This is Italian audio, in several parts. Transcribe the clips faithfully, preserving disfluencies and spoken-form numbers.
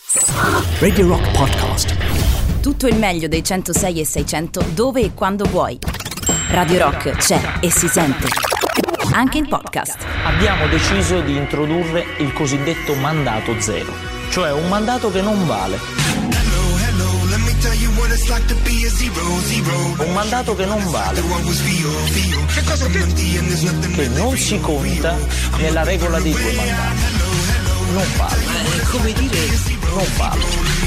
Radio Rock Podcast. Tutto il meglio dei centosei e seicento dove e quando vuoi. Radio Rock c'è e si sente anche in podcast. Abbiamo deciso di introdurre il cosiddetto mandato zero, cioè un mandato che non vale. Un mandato che non vale, che non si conta nella regola dei due mandati. Non vale. È come dire, non vale.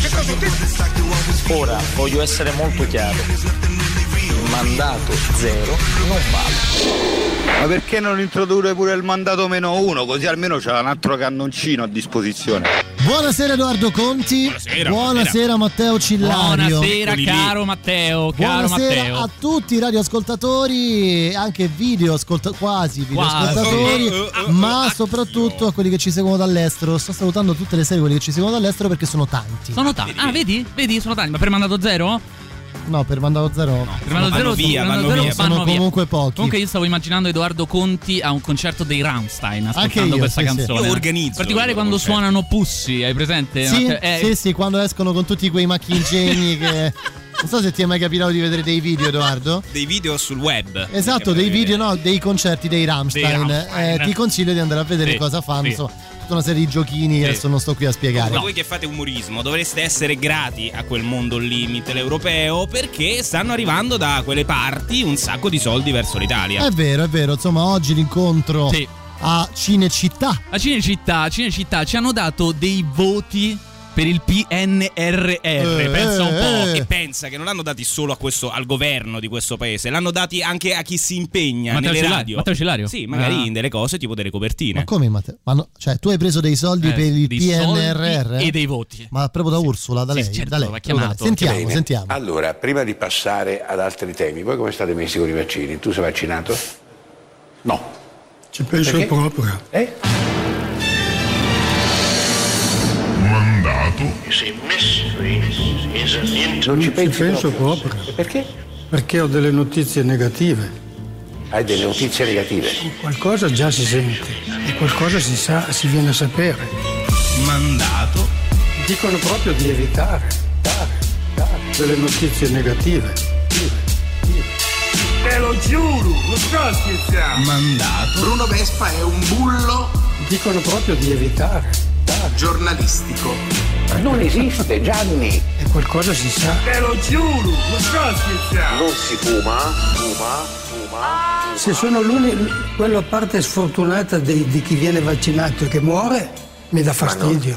Ora voglio essere molto chiaro. Il mandato zero non vale. Ma perché non introdurre pure il mandato meno uno? Così almeno c'è un altro cannoncino a disposizione. Buonasera Edoardo Conti. Buonasera, buonasera Matteo Cillario. Buonasera caro Matteo, caro Buonasera Matteo. a tutti i radioascoltatori, anche video ascolta- quasi videoascoltatori, Quasi. ma soprattutto a quelli che ci seguono dall'estero. Sto salutando tutte le serie quelli che ci seguono dall'estero perché sono tanti. Sono tanti. Ah, vedi? Vedi, sono tanti. Ma per mandato zero? No, per mandato zero. No, per mandato zero, via, per mandato vanno zero via. sono vanno via. comunque pochi. Comunque io stavo immaginando Edoardo Conti a un concerto dei Rammstein ascoltando io, questa sì, sì. canzone. Io organizzo. In particolare quando concerto. suonano Pussy, hai presente? Sì, Matteo? Eh, sì, sì, quando escono con tutti quei macchingegni che... Non so se ti è mai capitato di vedere dei video, Edoardo. Dei video sul web. Esatto, dei video, no, dei concerti dei Rammstein. Dei Rammstein. Eh, ti consiglio di andare a vedere Sì, cosa fanno. sì. Insomma, tutta una serie di giochini che Sì. adesso non sto qui a spiegare. Ma voi che fate umorismo dovreste essere grati a quel mondo lì mitteleuropeo, perché stanno arrivando da quelle parti un sacco di soldi verso l'Italia. È vero, è vero. Insomma, oggi l'incontro Sì. a Cinecittà. A Cinecittà, Cinecittà ci hanno dato dei voti per il P N R R. Eh, Pensa un po'. eh, E pensa che non l'hanno dati solo a questo, al governo di questo paese, l'hanno dati anche a chi si impegna Matteo nelle Cillario? radio. Matteo Cillario? Sì, magari Ah. in delle cose tipo delle copertine. Ma come, Matteo? Ma no, cioè, tu hai preso dei soldi Eh, per il dei P N R R? soldi e dei voti. Ma proprio da Ursula, da Sì, lei? certo, da lei, va proprio da lei. chiamato. Sentiamo, Bene. sentiamo. Allora, prima di passare ad altri temi, voi come state messi con i vaccini? Tu sei vaccinato? No. Ci penso Perché? proprio. Eh? Non ci Ci pensi penso proprio? proprio. Perché? Perché ho delle notizie negative. Hai delle notizie negative. Qualcosa già si sente e qualcosa si sa, si viene a sapere. Mandato. Dicono proprio di evitare dare, dare delle notizie negative. Te lo giuro, non sto scherzando. Mandato. Bruno Vespa è un bullo Dicono proprio di evitare dare giornalistico. Ma non esiste, Gianni. e qualcosa si sa. Te lo giuro, non sto scherzando. Non si fuma, fuma, fuma. Se sono l'unico, quello a parte sfortunata di, di chi viene vaccinato e che muore, mi dà fastidio.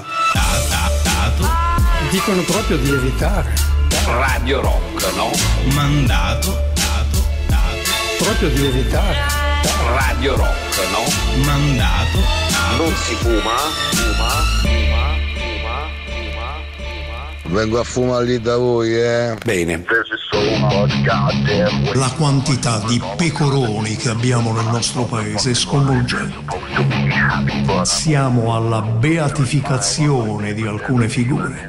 Dicono proprio di evitare Radio Rock, no? Mandato. Dato. Dato. proprio di evitare. Radio Rock, no? Mandato. Non si fuma, fuma, fuma, fuma, fuma, fuma. Vengo a fumare lì da voi, eh. Bene. La quantità di pecoroni che abbiamo nel nostro paese è sconvolgente. Siamo alla beatificazione di alcune figure.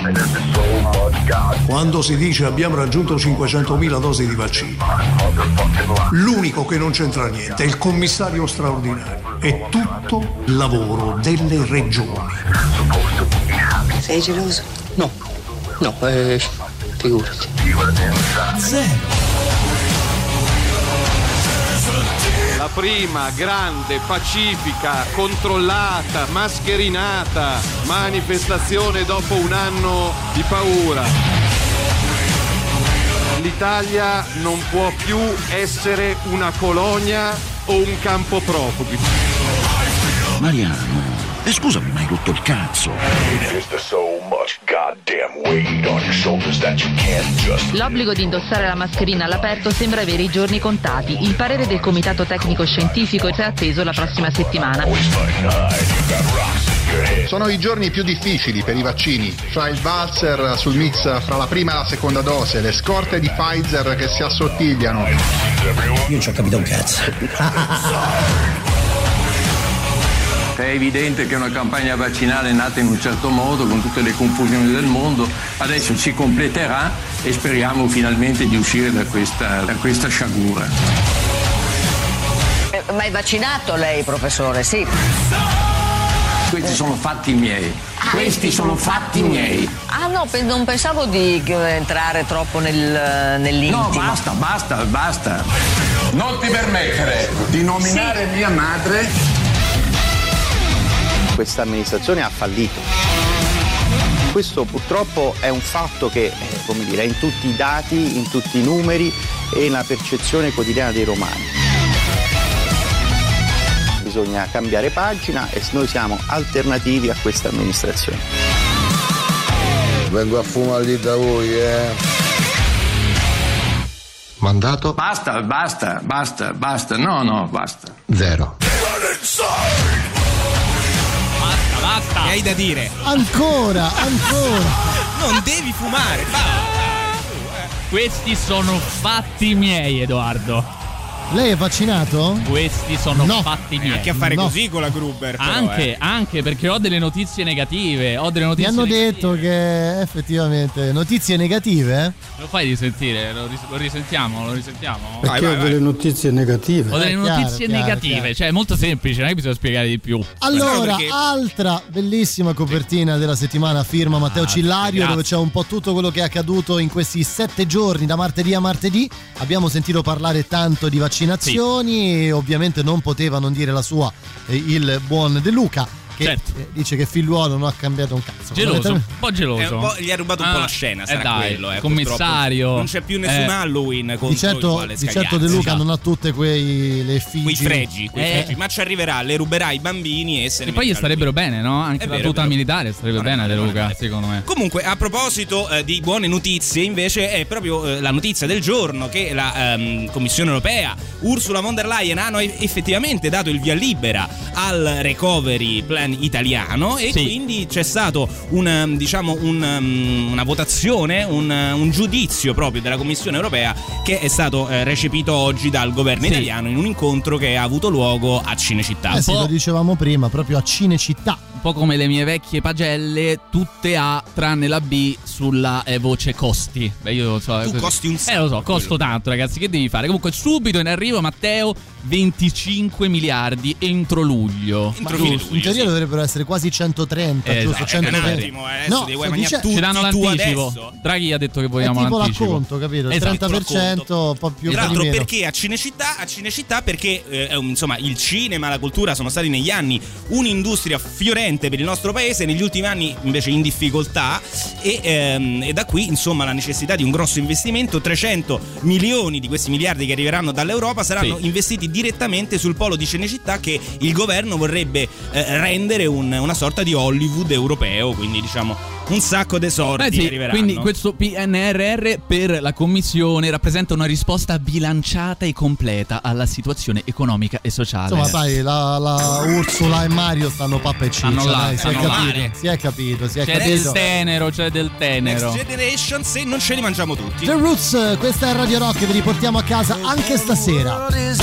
Quando si dice abbiamo raggiunto cinquecentomila dosi di vaccino, l'unico che non c'entra niente è il commissario straordinario. È tutto il lavoro delle regioni. Sei geloso? No, no, eh, figurati. Zero. La prima grande, pacifica, controllata, mascherinata manifestazione dopo un anno di paura. L'Italia non può più essere una colonia o un campo profughi. Mariano, e scusami, ma hai rotto il cazzo. L'obbligo di indossare la mascherina all'aperto sembra avere i giorni contati. Il parere del Comitato Tecnico Scientifico è atteso la prossima settimana. Sono i giorni più difficili per i vaccini, fra il valzer sul mix fra la prima e la seconda dose, le scorte di Pfizer che si assottigliano. Io non ci ho capito un cazzo. È evidente che una campagna vaccinale è nata in un certo modo, con tutte le confusioni del mondo, adesso si completerà e speriamo finalmente di uscire da questa, da questa sciagura. Eh, ma è vaccinato lei, professore? Sì. Questi sono fatti miei. Questi sono fatti miei. Ah no, pe- non pensavo di entrare troppo nel, nell'intimo. No, basta, basta, basta. Non ti permettere di nominare Sì. mia madre. Questa amministrazione ha fallito. Questo purtroppo è un fatto che, eh, come dire, è in tutti i dati, in tutti i numeri e nella percezione quotidiana dei romani. Bisogna cambiare pagina e noi siamo alternativi a questa amministrazione. Vengo a fumare lì da voi, eh. Mandato? Basta, basta, basta, basta. No, no, basta. Zero. Basta, basta. Che hai da dire? Ancora, ancora. Non devi fumare, va. Questi sono fatti miei, Edoardo. Lei è vaccinato? Questi sono No. fatti Ha miei. a che fare No. così con la Gruber. però, Anche, eh. anche perché ho delle notizie negative. Ho delle Mi notizie hanno negative. detto che effettivamente notizie negative, eh? Lo fai risentire? Lo, ris- lo risentiamo? Lo risentiamo? Perché vai, ho vai. delle notizie negative. Ho delle Eh, notizie chiaro, negative, chiaro, cioè è molto semplice, non è che bisogna spiegare di più. Allora, perché- altra bellissima copertina della settimana, firma Matteo Ah, Cillario, grazie. dove c'è un po' tutto quello che è accaduto in questi sette giorni, da martedì a martedì. Abbiamo sentito parlare tanto di vaccinazioni, e ovviamente non poteva non dire la sua eh, il buon De Luca, che Certo. eh, dice che figliuolo non ha cambiato un cazzo. Geloso, un po' È geloso. un po', gli ha rubato un po' Ah, la scena, eh sarà dai, quello. Eh, commissario. purtroppo. Non c'è più nessun Eh. Halloween contro Di il certo, quale di certo scagliarsi. De Luca Esatto. non ha tutte quei le figli. Quei fregi, quei Eh. fregi. Ma ci arriverà, le ruberà i bambini e se ne E poi gli metterà starebbero lui. bene, no? Anche È la vero, è tuta vero. militare starebbe Non è bene a male, De non è Luca, male. secondo me. Comunque, a proposito eh, di buone notizie, invece, è proprio eh, la notizia del giorno che la ehm, Commissione Europea, Ursula von der Leyen, hanno e- effettivamente dato il via libera al recovery plan italiano e Sì. quindi c'è stato una, diciamo, un, um, una votazione, un, un giudizio proprio della Commissione Europea che è stato eh, recepito oggi dal governo Sì. italiano in un incontro che ha avuto luogo a Cinecittà. Eh sì, po'- lo dicevamo prima, proprio a Cinecittà. Un po' come le mie vecchie pagelle, tutte A tranne la B sulla eh, voce costi. Beh, io lo so. Tu così. costi un sacco, Eh, lo so, costo quello. tanto, ragazzi. Che devi fare? Comunque, subito in arrivo, Matteo, venticinque miliardi entro luglio. Entro Ma fine giusto. In teoria dovrebbero essere quasi centotrenta, Eh, giusto? esatto, Eh, un centoventi. attimo, eh, adesso No, ti vuoi sto mangiare dice- tutti Ci danno tu l'anticipo. adesso. Draghi ha detto che È vogliamo tipo l'anticipo. l'acconto, capito? Il Esatto. trenta per cento, un po' più Tra per di l'altro meno. perché a Cinecittà, a Cinecittà perché eh, è un- insomma il cinema e la cultura sono stati negli anni un'industria fiorente per il nostro paese, negli ultimi anni invece in difficoltà e, ehm, e da qui insomma la necessità di un grosso investimento. Trecento milioni di questi miliardi che arriveranno dall'Europa saranno Sì. investiti direttamente sul polo di Cinecittà che il governo vorrebbe eh, rendere un- una sorta di Hollywood europeo, quindi diciamo un sacco di soldi Eh sì, arriveranno. quindi questo P N R R per la Commissione rappresenta una risposta bilanciata e completa alla situazione economica e sociale. Insomma, dai, la, la Ursula e Mario stanno pappa e ciccia, Stanno là, dai, si è stanno là. capito, si è capito, si è C'è capito. del tenero, c'è del tenero. Next Generation, se non ce li mangiamo tutti. The Roots, questa è Radio Rock, vi riportiamo a casa anche stasera.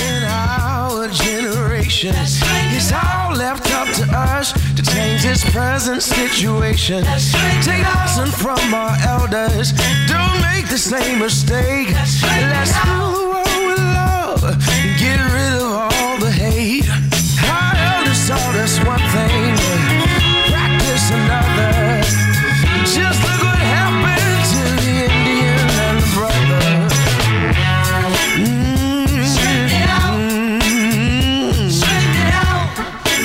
It's all left up to us to change this present situation. Take lesson from our elders. Don't make the same mistake. Let's rule the world with love. Get rid of all the hate. Our elders taught us one thing, practice another. Just look what happened to the Indian and the brother. Mm-hmm. Straighten it out. Straighten it out.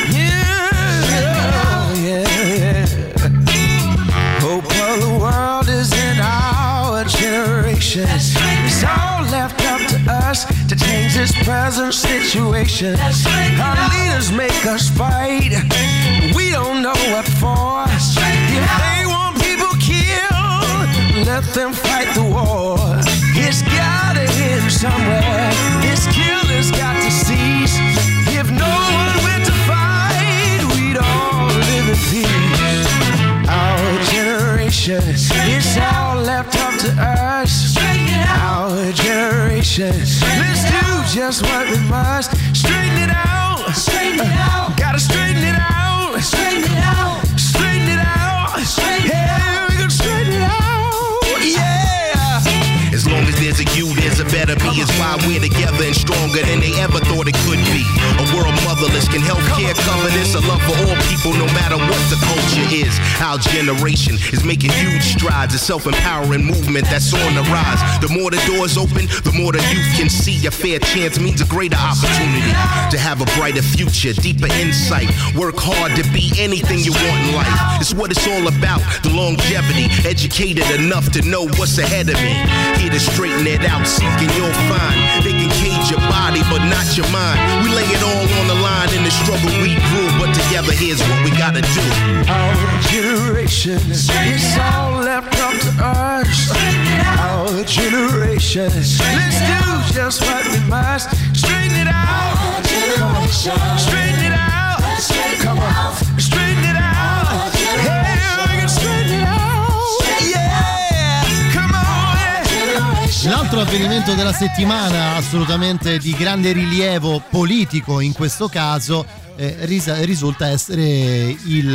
Yeah, yeah, yeah. Hope of the world is in our generation. It's all left up to us to change this present situation. Our leaders make us fight. We don't know what for. If they want people killed, let them fight the war. It's gotta end somewhere. This killer's got to cease. If no one went to fight, we'd all live in peace. Our generation, it's all left up to us. Our generation, let's do just what we must. Straighten it out. Straighten it out. Gotta straighten it out. Straighten it out. Straighten it out. Straighten it out. Yeah, we gonna straighten it out. Yeah. As long as there's a you, there's a better be is why we're together and stronger than they ever thought it could be. A world motherless, can healthcare cover this? A love for all people no matter what the culture is. Our generation is making huge strides, a self-empowering movement that's on the rise. The more the doors open, the more the youth can see. A fair chance means a greater opportunity to have a brighter future, deeper insight. Work hard to be anything you want in life. It's what it's all about, the longevity. Educated enough to know what's ahead of me. Here to straighten it out, seeking you'll find. They can cage your body, but not your mind. We lay it all on the line in the struggle we grew, but together here's what we gotta do. Our generation, it's all left up to us. Our generation, let's do just what we must. Straighten it out. Our generation, straighten it out. Come on, straighten it out. Hey, we can straighten it out. Yeah, come on. Yeah. L'altro avvenimento della settimana, assolutamente di grande rilievo politico in questo caso, eh, ris- risulta essere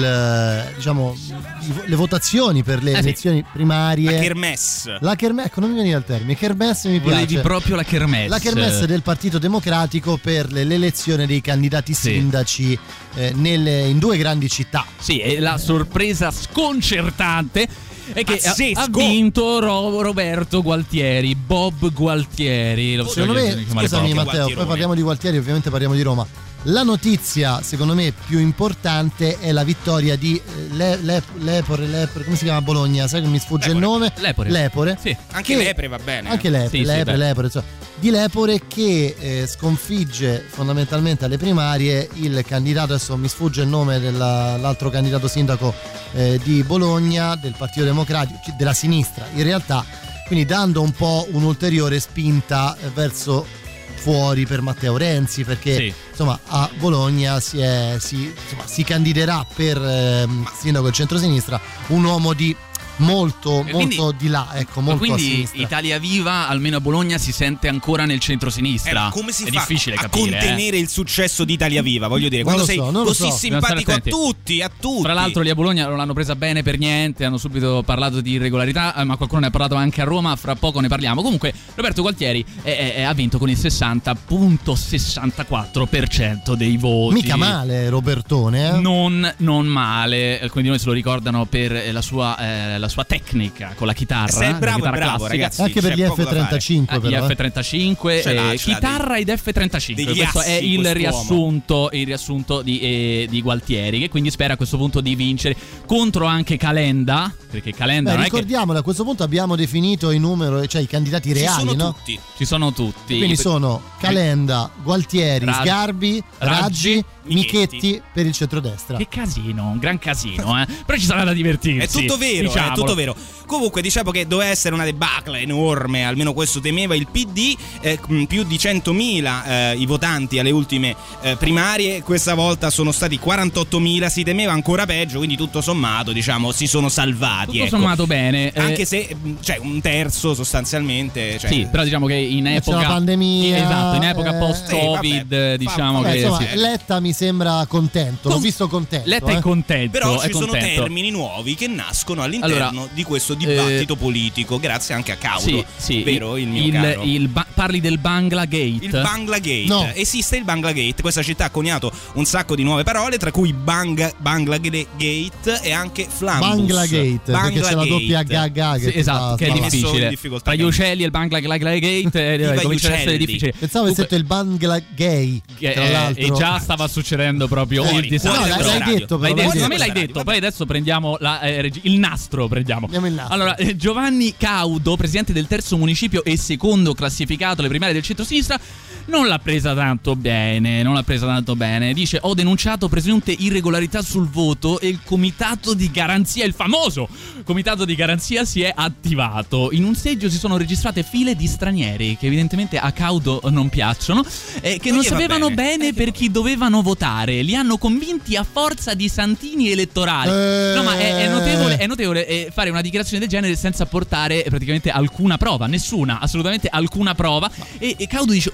il, diciamo, le votazioni per le eh elezioni sì. primarie. La kermesse. La kermesse, ecco, non mi veniva il termine. Kermesse mi piace. Volevi proprio la kermesse. La kermesse del Partito Democratico per l'elezione dei candidati sindaci sì. eh, nelle, in due grandi città. Sì, e la sorpresa sconcertante è che ha, Pazzesco. ha vinto Ro- Roberto Gualtieri, Bob Gualtieri. Lo Secondo me, scusami Matteo, poi parliamo di Gualtieri, ovviamente parliamo di Roma. La notizia, secondo me, più importante è la vittoria di Le, Le, Lepore, Lepore, come si chiama a Bologna? Sai che mi sfugge Lepore. il nome? Lepore. Lepore. Sì. Anche che, Lepre va bene. Anche Lepre, sì, Lepre, sì, Lepore, insomma, di Lepore che eh, sconfigge fondamentalmente alle primarie il candidato, adesso mi sfugge il nome dell'altro candidato sindaco eh, di Bologna, del Partito Democratico, della sinistra in realtà, quindi dando un po' un'ulteriore spinta eh, verso fuori per Matteo Renzi, perché sì. insomma a Bologna si, è, si, insomma, si candiderà per eh, sindaco del centrosinistra un uomo di molto e quindi, molto di là, ecco, molto quindi a sinistra. Italia Viva almeno a Bologna si sente ancora nel centro-sinistra. Eh, come si è fa difficile a capire, contenere eh? il successo di Italia Viva? Voglio dire, non quando so, sei così so. simpatico a tutti, a tutti. Tra l'altro lì a Bologna non l'hanno presa bene per niente, hanno subito parlato di irregolarità, eh, ma qualcuno ne ha parlato anche a Roma, fra poco ne parliamo. Comunque Roberto Gualtieri è, è, ha vinto con il sessanta virgola sessantaquattro per cento dei voti. Mica male Robertone, eh? Non, non male, alcuni di noi se lo ricordano per la sua, eh, la sua tecnica con la chitarra. Sei bravo, la chitarra bravo classica. ragazzi. Anche per gli F trentacinque, Gli però, F trentacinque, Ce l'ha, eh, ce l'ha chitarra dei- ed F trentacinque. degli Questo assi, è il quest'uomo. riassunto, il riassunto di, eh, di Gualtieri, che quindi spera a questo punto di vincere contro anche Calenda, perché Calenda Beh, non è che ricordiamolo, a questo punto abbiamo definito i numeri, cioè i candidati Ci reali, sono no? tutti. ci sono tutti. Quindi sono Calenda, Gualtieri, Raggi, Sgarbi, Raggi, Raggi, Michetti, Michetti per il centrodestra. Che casino, un gran casino, eh. Però ci sarà da divertirsi. È tutto vero, è diciamolo. tutto vero. Comunque diciamo che doveva essere una debacle enorme, almeno questo temeva il P D, eh, più di centomila eh, i votanti alle ultime eh, primarie, questa volta sono stati quarantottomila, si temeva ancora peggio, quindi tutto sommato diciamo si sono salvati. Tutto ecco. sommato bene. eh, Anche se cioè un terzo sostanzialmente. Cioè, Sì, però diciamo che in epoca c'è la pandemia, esatto, in epoca eh, post-Covid, sì, vabbè, diciamo Vabbè, che insomma, sì. Letta mi sembra contento, l'ho Con- visto contento. Letta eh. è contento, Però è ci sono contento. termini nuovi che nascono all'interno Allora, di questo dibattito politico, grazie anche a Caudo, Sì, sì, vero il mio il, caro? il ba- parli del Banglagate. Il Banglagate. No. Esiste il Banglagate. Questa città ha coniato un sacco di nuove parole, tra cui Bang, Banglagate e anche Flambus. Banglagate, perché c'è la doppia gaga che Sì, ti esatto, fa- che è fa- messo in difficile. difficoltà. Tra gli uccelli e il Banglagate eh, Viva gli comincia ad essere uccelli. difficile. Pensavo avesse detto il Banglagay, Eh, tra l'altro. e già stava succedendo proprio Fuori, il disastro. fuori No, da l'hai radio. detto, L'hai però, detto, l'hai ma me l'hai detto. detto. Poi adesso prendiamo la, eh, regi- il nastro. Prendiamo. Andiamo il nastro. Allora, eh, Giovanni Caudo, presidente del terzo municipio e secondo classificato alle primarie del centro-sinistra, non l'ha presa tanto bene. Non l'ha presa tanto bene. Dice: ho denunciato presunte irregolarità sul voto e il comitato di garanzia, il famoso comitato di garanzia, si è attivato. In un seggio si sono registrate file di stranieri che evidentemente a Caudo non piacciono, eh, che Non non, gli va sapevano bene. bene, per chi dovevano votare. Li hanno convinti a forza di santini elettorali. Eh. No, ma è, è notevole, è notevole eh, fare una dichiarazione del genere senza portare praticamente alcuna prova, nessuna, assolutamente alcuna prova. E, e Caudo dice: un po'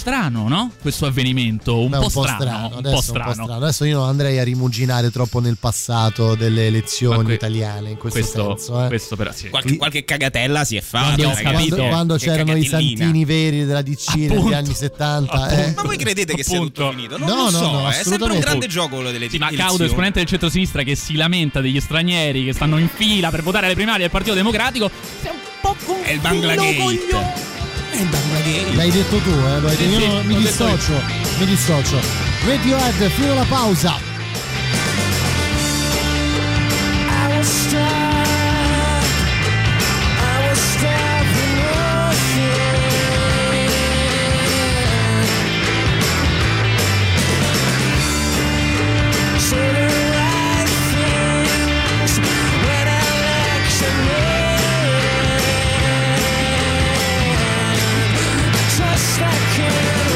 strano, no? Questo avvenimento, un, Beh, po, un po' strano, strano, un adesso po' strano. un po' strano. Adesso io non andrei a rimuginare troppo nel passato delle elezioni que- italiane in questo, questo, senso. Eh. questo però sì. Qualche, qualche cagatella si è fatta. Quando, Quando, quando Che c'erano i cagatellina. santini veri della D C Appunto. negli anni settanta. Eh. Ma voi credete che sia tutto finito? Non No, lo no, so, no, è sempre un assolutamente. grande gioco quello delle Sì, ma elezioni. Caudo, esponente del centro-sinistra, che si lamenta degli stranieri che stanno in fila per votare alle primarie del Partito Democratico, sei un po' con È il Bangladesh. È il Bangladesh. L'hai detto tu, eh? Lo hai Sì, detto. sì, Io mi l'ho detto dissocio, mi dissocio. Radiohead, fino alla pausa. I was stuck, I was stuck in motion. Say the right things when election ends. Just like in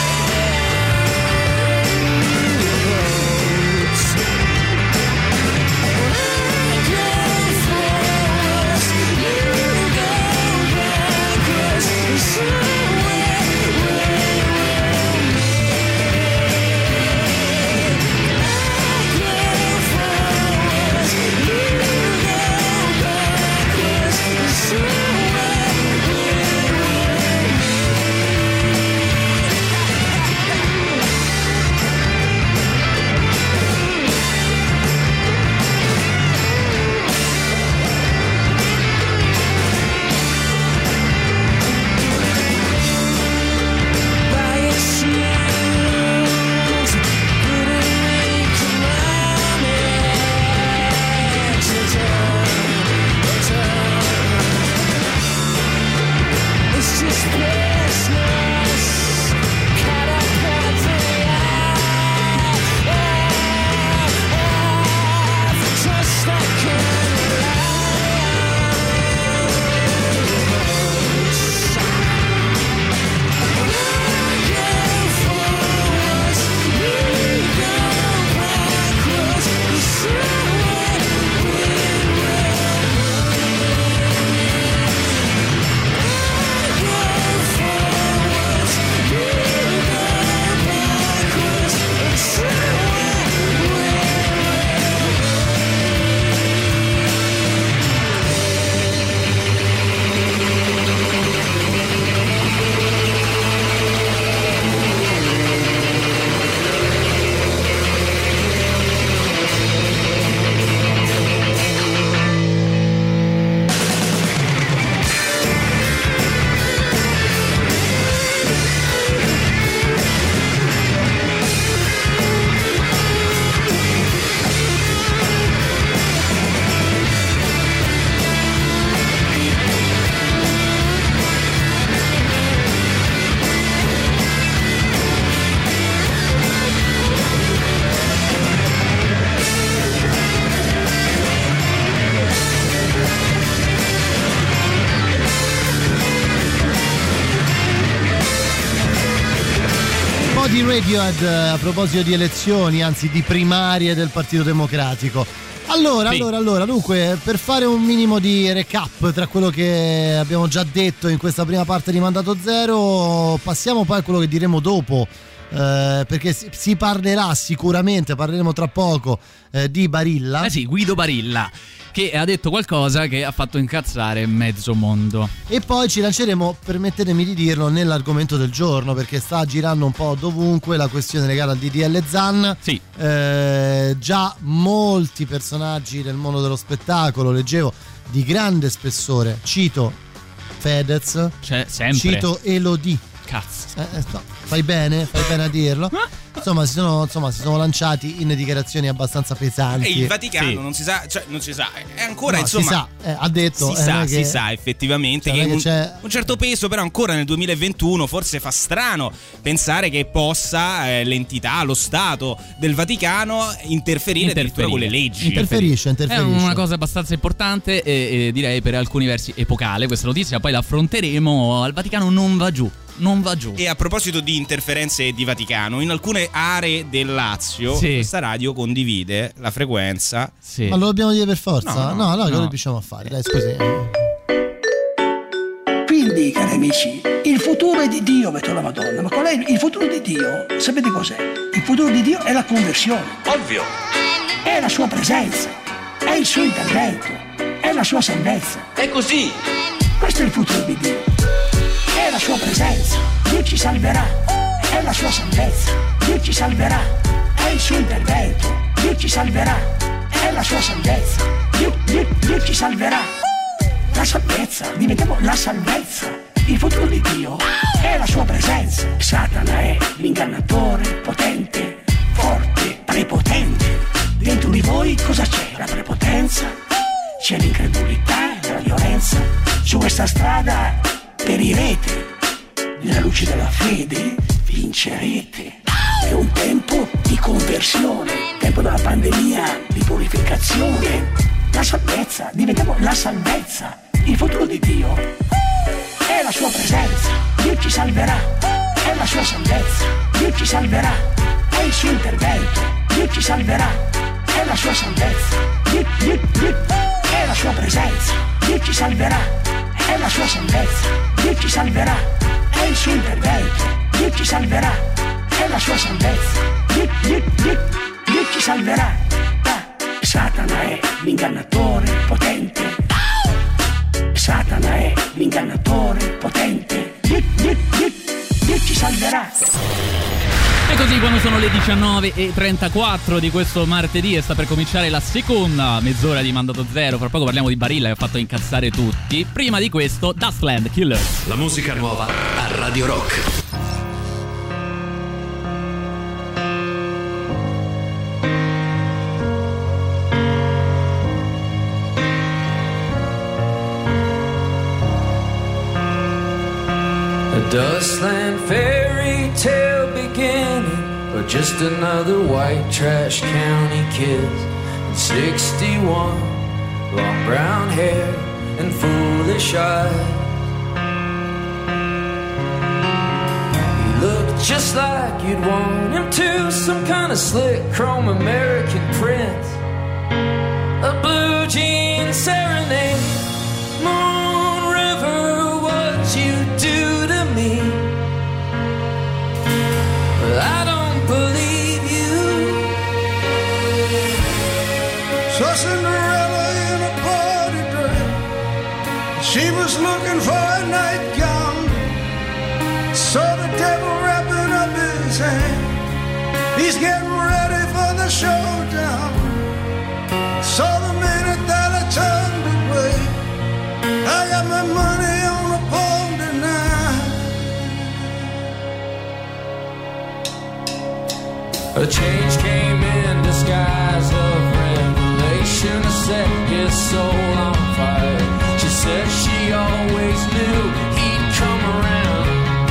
Di Radiohead a proposito di elezioni, anzi di primarie del Partito Democratico. Allora, Sì. allora, allora, dunque, per fare un minimo di recap tra quello che abbiamo già detto in questa prima parte di Mandato Zero, passiamo poi a quello che diremo dopo, eh, perché si, si parlerà sicuramente, parleremo tra poco, eh, di Barilla. Eh sì, Guido Barilla, che ha detto qualcosa che ha fatto incazzare mezzo mondo. E poi ci lanceremo, permettetemi di dirlo, nell'argomento del giorno, perché sta girando un po' dovunque la questione legata al D D L Zan. Sì. Eh, già molti personaggi del mondo dello spettacolo, leggevo, di grande spessore. Cito Fedez, C'è sempre. cito Elodie. Cazzo. Eh, eh, no, fai bene, fai bene a dirlo. Insomma si, sono, insomma, si sono lanciati in dichiarazioni abbastanza pesanti. E il Vaticano Sì. non si sa, cioè non si sa, è ancora No, insomma. si sa, eh, ha detto. Si eh, sa, non è si che- sa effettivamente cioè, che, non è che un, c'è- un certo peso, però ancora nel duemilaventuno forse fa strano pensare che possa eh, l'entità, lo Stato del Vaticano interferire, addirittura con le leggi. Interferisce, interferisce. È una cosa abbastanza importante e, e direi per alcuni versi epocale questa notizia, poi la affronteremo. Al Vaticano non va giù, non va giù. E a proposito di interferenze di Vaticano, in alcune aree del Lazio Sì. questa radio condivide la frequenza. Sì. Ma lo dobbiamo dire per forza? No, No, no, allora che no. lo riusciamo a fare? Dai, scusi. Quindi, cari amici, il futuro futuro è di Dio, metto la Madonna. Ma qual è il futuro di Dio? Sapete cos'è? Il futuro di Dio è la conversione. Ovvio. È la sua presenza, è il suo intervento, è la sua salvezza. È così. Questo è il futuro di Dio. È la sua presenza, Dio ci salverà. È la sua salvezza, Dio ci salverà. È il suo intervento, Dio ci salverà. È la sua salvezza, Dio, Dio, Dio ci salverà. La salvezza, diventiamo la salvezza. Il futuro di Dio è la sua presenza. Satana è l'ingannatore, potente, forte, prepotente. Dentro di voi cosa c'è? La prepotenza, c'è l'incredulità, la violenza. Su questa strada perirete, nella luce della fede vincerete. È un tempo di conversione, tempo della pandemia, di purificazione. La salvezza, diventiamo la salvezza. Il futuro di Dio è la sua presenza, Dio ci salverà. È la sua salvezza, Dio ci salverà. È il suo intervento, Dio ci salverà. È la sua salvezza, Dio, Dio, Dio. È la sua presenza, Dio ci salverà. È la sua salvezza, Dio ci salverà. È il suo intervento, Dio ci salverà. È la sua salvezza, Dio, Dio, Dio, Dio ci salverà. Ah, Satana è l'ingannatore potente. Satana è l'ingannatore potente. Dio, Dio, Dio, Dio ci salverà. E così, quando sono le diciannove e trentaquattro di questo martedì e sta per cominciare la seconda mezz'ora di Mandato Zero, fra poco parliamo di Barilla che ha fatto incazzare tutti. Prima di questo, Dustland Killer. La musica nuova a Radio Rock. Dustland fairy tale beginning, or just another white trash county kid. In sixty-one, long brown hair and foolish eyes. He looked just like you'd want him to, some kind of slick chrome American prince. A blue jean serenade, Moon River, what you do to me. I don't believe you. Saw Cinderella in a party dress. She was looking for a nightgown. Saw the devil wrapping up his hand. He's getting ready for the showdown. Saw the minute that I turned away. I got my money on the pawn tonight. A change came in disguise of revelation, to set his soul on fire. She said she always knew he'd come around.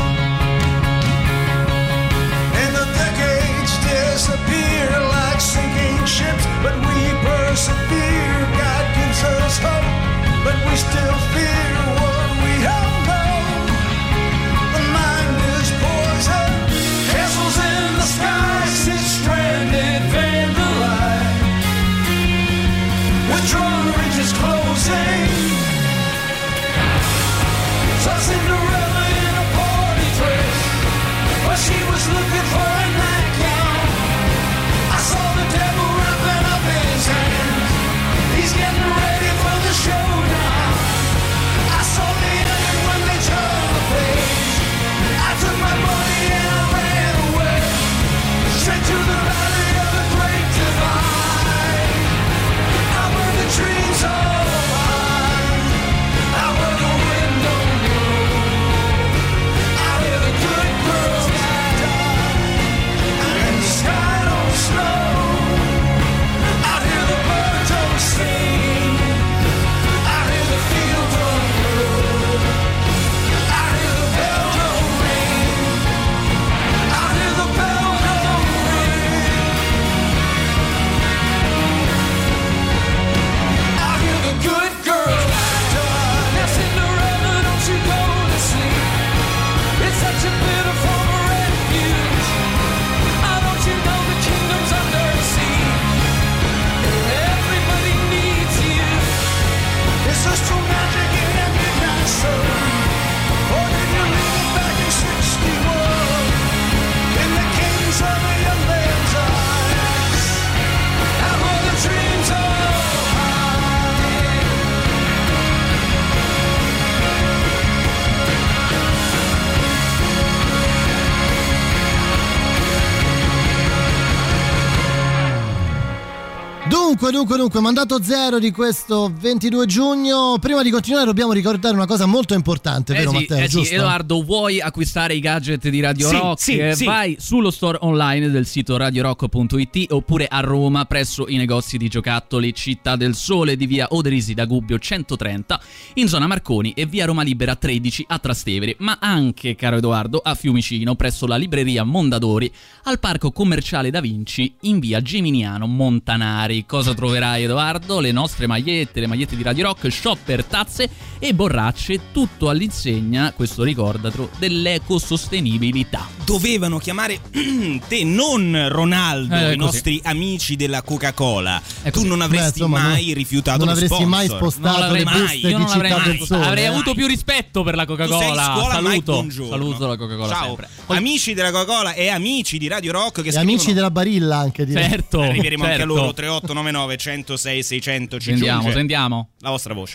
And the decades disappear like sinking ships, but we persevere. God gives us hope, but we still fear what we don't know. The mind is poison, castles in the sky, sit stranded, vandalized. Withdrawn reaches closing. Saw Cinderella in a party dress, but she was looking for a nightgown. I saw the devil wrapping up his hands. He's getting ready for the showdown. I saw the end when they turned the page. I took my money and I ran away, straight to the valley of the great divide. I burned the trees all alive. I burned the window blue. I hear the good girls die, and the sky don't snow. I hear the birds sing. I hear the fields run blue. I hear the bell don't ring. I hear the bell don't ring. I hear the good girls die. Now Cinderella, don't you go to sleep. It's such a bitter form of refuge. Oh, don't you know the kingdom's under siege? Everybody needs you. It's just true magic in a midnight sun. Or did you leave it back Dunque, dunque, dunque, mandato zero di questo ventidue giugno. Prima di continuare dobbiamo ricordare una cosa molto importante, eh vero sì, Matteo? Eh giusto? sì, Edoardo, vuoi acquistare i gadget di Radio Sì, Rock? sì, Eh, sì. Vai sullo store online del sito radio rock punto it oppure a Roma presso i negozi di giocattoli Città del Sole di via Oderisi da Gubbio centotrenta, in zona Marconi, e via Roma Libera tredici a Trastevere, ma anche, caro Edoardo, a Fiumicino presso la libreria Mondadori, al parco commerciale Da Vinci in via Geminiano Montanari. Cosa troverai, Edoardo? Le nostre magliette, le magliette di Radio Rock, shopper, tazze e borracce, tutto all'insegna, questo ricordatelo, dell'ecosostenibilità. Dovevano chiamare te, non Ronaldo, Eh, i così. nostri amici della Coca-Cola. È Tu così. non avresti Beh, insomma, mai non- rifiutato non lo avresti sponsor. mai spostato Non l'avrei le mai, buste io non di l'avrei Città mai del Sole. avrei eh. avuto più rispetto per la Tu sei in Coca-Cola. scuola, Mike, Saluto, buongiorno. saluto la Coca-Cola Ciao. sempre. Amici della Coca-Cola e amici di Radio Rock che E scrivono. amici della Barilla anche, direi. Certo, Arriveremo anche a certo. loro. Tre otto nove nove uno zero sei sei zero zero. Ci Sentiamo, giunge sentiamo. la vostra voce.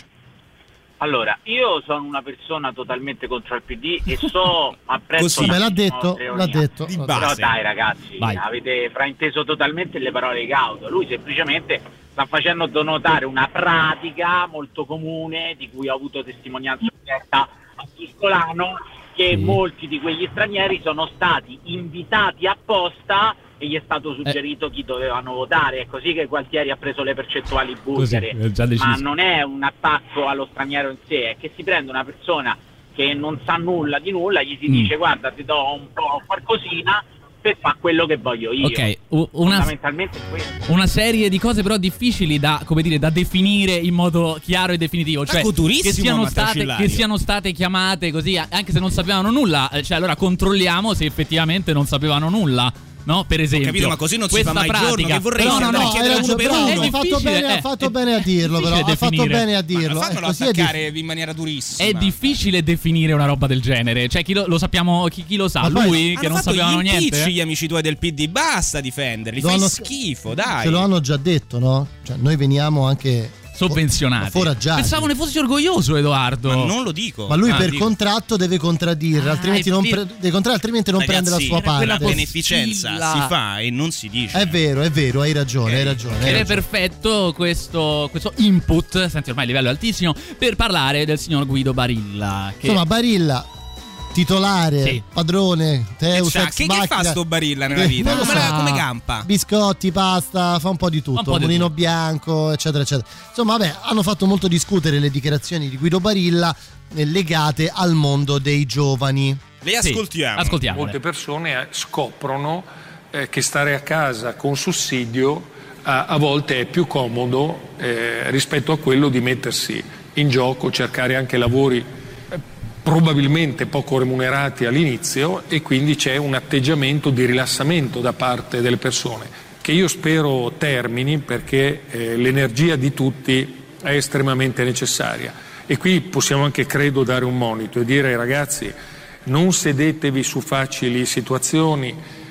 Allora, io sono una persona totalmente contro il P D e so, apprezzo Così, me l'ha tantissimo detto, Treonia. l'ha detto. Di l'ha Però base. dai ragazzi, Vai. avete frainteso totalmente le parole di Caudo. Lui semplicemente sta facendo notare una pratica molto comune di cui ho avuto testimonianza diretta a Tuscolano, che Sì. molti di quegli stranieri sono stati invitati apposta e gli è stato suggerito chi dovevano votare. È così che Gualtieri ha preso le percentuali bulgare. Così, è già deciso. Ma non è un attacco allo straniero in sé, è che si prende una persona che non sa nulla di nulla, gli si Mm. dice guarda ti do un po' qualcosina per fare quello che voglio io. Ok, u- una, Fondamentalmente è questo. una serie di cose però difficili da, come dire, da definire in modo chiaro e definitivo, cioè Ecco, durissimo, che siano, Matteo state, Cillario. che siano state chiamate così, a- anche se non sapevano nulla, eh, cioè allora controlliamo se effettivamente non sapevano nulla. No, per esempio. capito, ma così non si questa fa mai pratica, giorno, che vorrei però, no, andare no, a chiedere hai uno ragione, per bravo, uno. ha fatto difficile, bene, ha eh, fatto è bene a dirlo, però difficile ha fatto definire. bene a Ma dirlo. non Eh, fanno così è attaccare in maniera durissima. È difficile definire una roba del genere. Cioè, chi lo, lo sappiamo, chi, chi lo sa? Ma poi- Lui Hanno che non fatto sapevano gli impicci niente. gli amici tuoi del P D, basta difenderli, Lo fai hanno- schifo, dai. Ce lo hanno già detto, no? Cioè, noi veniamo anche Sovvenzionati. foraggiati. Pensavo ne fossi orgoglioso, Edoardo. Ma non lo dico. Ma lui Ah, per dico. contratto deve contraddire, Ah, altrimenti è non, vero. pre- deve contrarre, altrimenti non prende la Ragazzi, sua quella parte. beneficenza Postilla. si fa e non si dice. È vero, è vero, hai ragione, Ok. hai ragione. hai Ed è ragione. perfetto questo, questo input, senti ormai il livello è altissimo, per parlare del signor Guido Barilla. Che Insomma, Barilla, titolare, Sì. padrone, Deus Che c'ha? ex Che- che fa machina. sto Barilla nella Eh, vita? non lo Come so. la- come campa? Biscotti, pasta, fa un po' di tutto, Un po' di mulino tutto. bianco, eccetera, eccetera. Insomma, vabbè, hanno fatto molto discutere le dichiarazioni di Guido Barilla eh, legate al mondo dei giovani. Le Sì, ascoltiamo. ascoltiamole. Molte persone eh, scoprono eh, che stare a casa con sussidio a, a volte è più comodo eh, rispetto a quello di mettersi in gioco, cercare anche lavori eh, probabilmente poco remunerati all'inizio, e quindi c'è un atteggiamento di rilassamento da parte delle persone che io spero termini, perché eh, l'energia di tutti è estremamente necessaria. E qui possiamo anche, credo, dare un monito e dire ai ragazzi: non sedetevi su facili situazioni,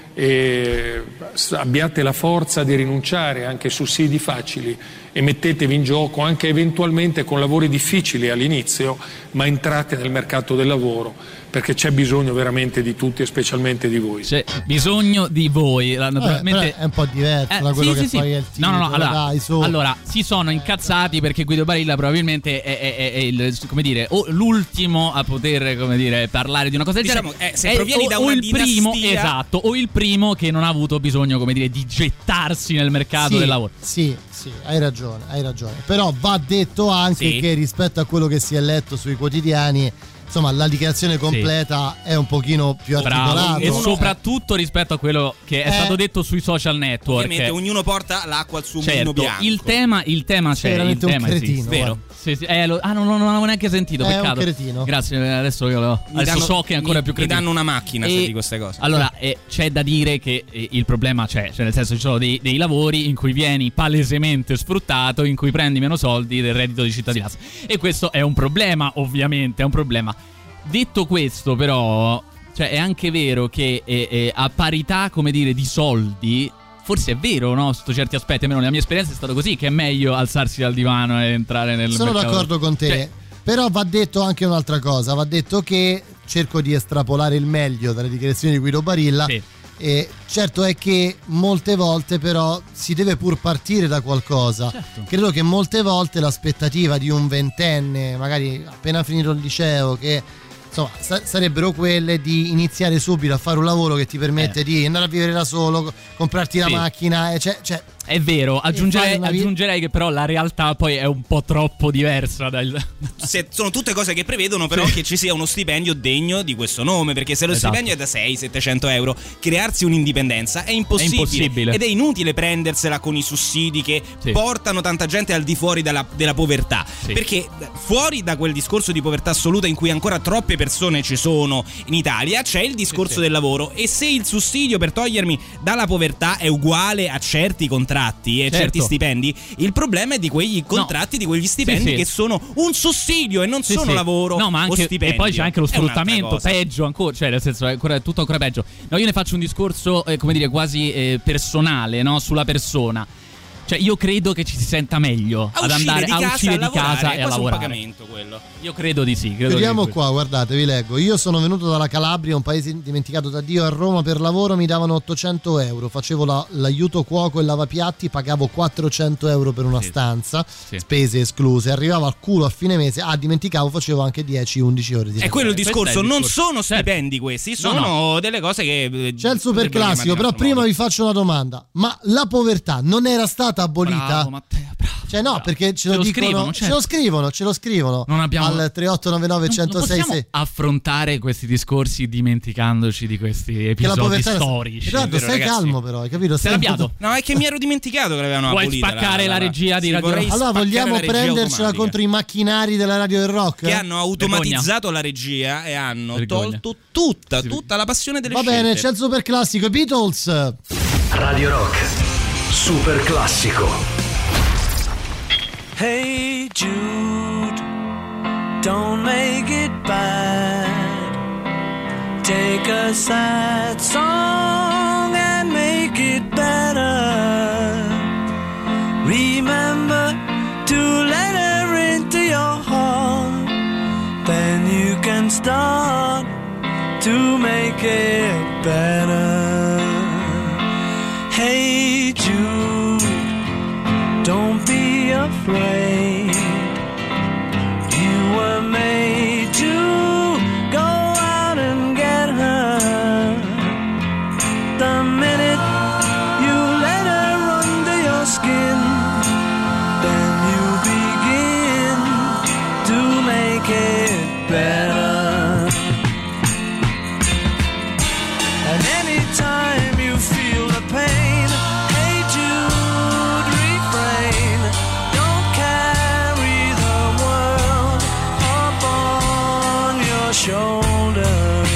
e abbiate la forza di rinunciare anche a sussidi facili e mettetevi in gioco anche eventualmente con lavori difficili all'inizio, ma entrate nel mercato del lavoro, perché c'è bisogno veramente di tutti e specialmente di voi. c'è bisogno di voi. La- Vabbè, Naturalmente però è un po' diverso Eh, da quello sì, che sì, poi sì. è il No, no, no, titolo, allora, dai, su. allora si sono incazzati perché Guido Barilla probabilmente è, è- è- è il, come dire, o l'ultimo a poter, come dire, parlare di una cosa del Diciamo, genere. eh, se È- provieni o, da o una il primo, dinastia- esatto, o il primo che non ha avuto bisogno, come dire, di gettarsi nel mercato Sì, del lavoro. Sì, sì, hai ragione, hai ragione. Però va detto anche Sì. che rispetto a quello che si è letto sui quotidiani, insomma, la dichiarazione completa è un pochino più Bravo. articolata. E soprattutto rispetto a quello che è Eh. stato detto sui social network. Ovviamente ognuno porta l'acqua al suo mulino Certo, bianco. il tema, il tema Sei c'è, il veramente un tema cretino, esiste, vero? guarda. Sì, sì, eh, lo- ah, no, no, non avevo neanche sentito, È un peccato. cretino. Grazie, adesso io lo, Mi adesso danno- so che è ancora mi- più mi cretino. danno una macchina se E- dico queste cose. Allora, eh, c'è da dire che eh, il problema c'è, cioè nel senso ci sono dei, dei lavori in cui vieni palesemente sfruttato, in cui prendi meno soldi del reddito di cittadinanza. E questo è un problema, ovviamente, è un problema. Detto questo, però, cioè è anche vero che eh, eh, a parità, come dire, di soldi, forse è vero, no? Sotto certi aspetti, almeno nella mia esperienza è stato così, che è meglio alzarsi dal divano e entrare nel Sono mercato. d'accordo con te. Cioè, Però va detto anche un'altra cosa, va detto che cerco di estrapolare il meglio dalle dichiarazioni di Guido Barilla. Sì. E certo è che molte volte però si deve pur partire da qualcosa. Certo. Credo che molte volte l'aspettativa di un ventenne, magari appena finito il liceo, che insomma sa- sarebbero quelle di iniziare subito a fare un lavoro che ti permette Eh. di andare a vivere da solo, comprarti la Sì. macchina, e cioè, cioè È vero, aggiungerei, fare una vi- aggiungerei che però la realtà poi è un po' troppo diversa dal... Se sono tutte cose che prevedono però Sì. che ci sia uno stipendio degno di questo nome, perché se lo Esatto. stipendio è da sei settecento euro, crearsi un'indipendenza è impossibile, È impossibile. ed è inutile prendersela con i sussidi che Sì. portano tanta gente al di fuori della, della povertà, Sì. perché fuori da quel discorso di povertà assoluta in cui ancora troppe persone ci sono in Italia c'è il discorso Sì, sì. del lavoro, e se il sussidio per togliermi dalla povertà è uguale a certi contratti e Certo. certi stipendi, il problema è di quegli contratti, di quegli stipendi sì. che sono un sussidio e non Sì, sono sì. lavoro No, ma o anche, stipendio. e poi c'è anche lo È un'altra sfruttamento, cosa. peggio ancora, cioè nel senso è ancora, tutto ancora peggio. No, io ne faccio un discorso, eh, come dire, quasi eh, personale, no? Sulla persona. Cioè io credo che ci si senta meglio A ad uscire andare di a casa, uscire a di lavorare, casa è e a quasi un lavorare. pagamento quello. Io credo di sì. Credo Vediamo che- qua, guardate, vi leggo. Io sono venuto dalla Calabria, un paese dimenticato da Dio, a Roma per lavoro, mi davano ottocento euro, facevo la- l'aiuto cuoco e lavapiatti, pagavo quattrocento euro per una Sì. stanza, Sì. spese escluse, arrivavo al culo a fine mese, ah dimenticavo, facevo anche dieci undici ore di È quello il Questo discorso, è il non discorso. sono stipendi questi, No, sono no. delle cose che eh, C'è il super potrebbero classico, chiamare in però altro prima modo. vi faccio una domanda. Ma la povertà non era stata abolita? Bravo Matteo, bravo. Cioè no, bravo. perché ce lo, Ce lo dicono, scrivono, ce certo. lo scrivono, ce lo scrivono Non abbiamo- al tre otto nove nove Non- uno zero non sei possiamo sei. affrontare questi discorsi dimenticandoci di questi Che la episodi povertà era- storici. Esatto, vero, stai ragazzi. calmo però, hai capito? Sei arrabbiato? No, è che mi ero dimenticato che l'avevano Vuoi abolita. spaccare la regia di Sì, Radio vorrei Rock? Allora spaccare vogliamo la regia prendercela automatica. contro i macchinari della Radio del Rock? Che hanno automatizzato la regia e hanno Vergogna. tolto tutta, tutta la passione delle Va scelte. bene, c'è il super classico Beatles. Radio Rock, super classico. Hey Jude, don't make it bad. Take a sad song and make it better. Remember to let her into your heart. Then you can start to make it better. Hey Jude, don't be afraid. You were made to go out and get her. The minute you let her under your skin, then you begin to make it better. And anytime you feel the pain, hey Jude, refrain. Don't carry the world upon your shoulder.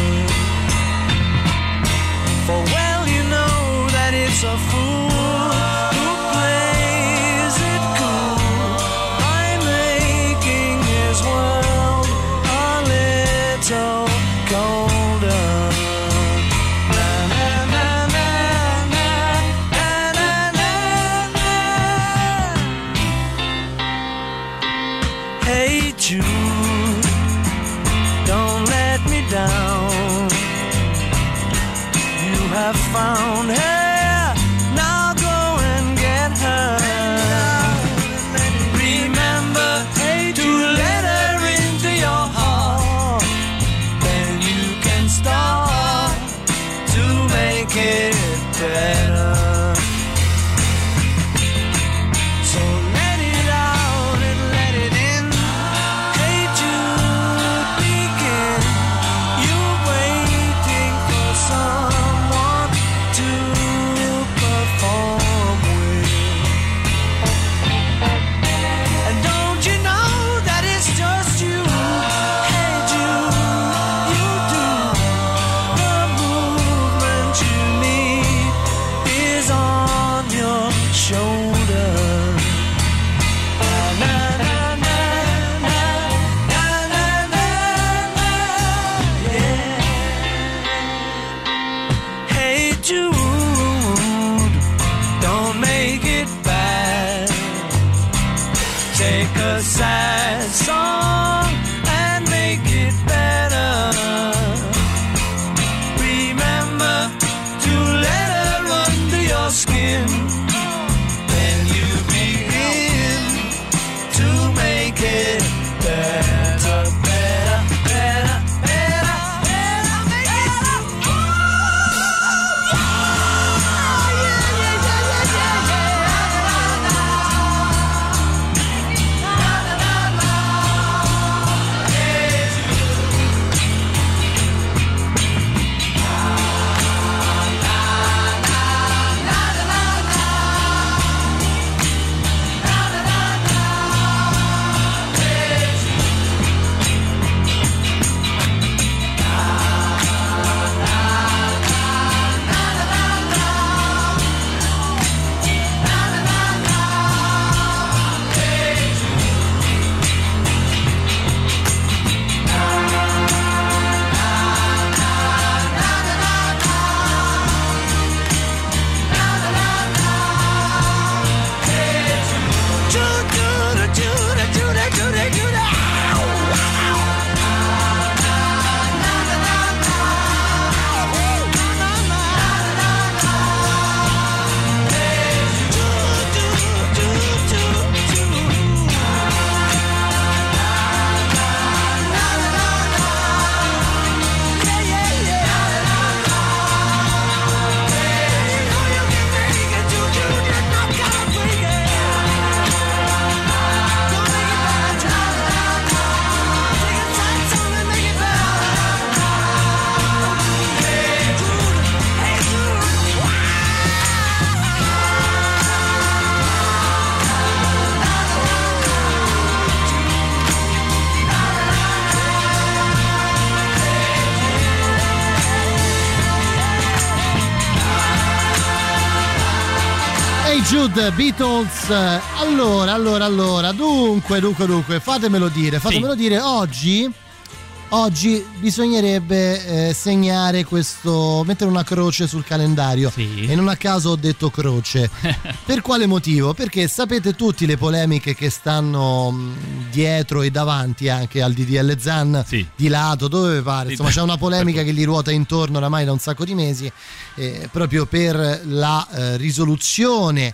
For well you know that it's a fool who plays it cool by making his world a little colder. Na, na, na, na, na, na, na, na. Hey Jude, don't let me down. You have found her, now go and get her. Remember to let her into your heart. Then you can start to make it better. So let it out and let it in. Hey Jude, Beatles. Allora, allora, allora, dunque, dunque, dunque, fatemelo dire, fatemelo sì. dire, oggi, oggi bisognerebbe eh, segnare questo, mettere una croce sul calendario. Sì. E non a caso ho detto croce. Per quale motivo? Perché sapete tutti le polemiche che stanno mh, dietro e davanti anche al D D L Zan, sì. di lato, dove pare, sì. insomma c'è una polemica che gli ruota intorno oramai da un sacco di mesi, eh, proprio per la eh, risoluzione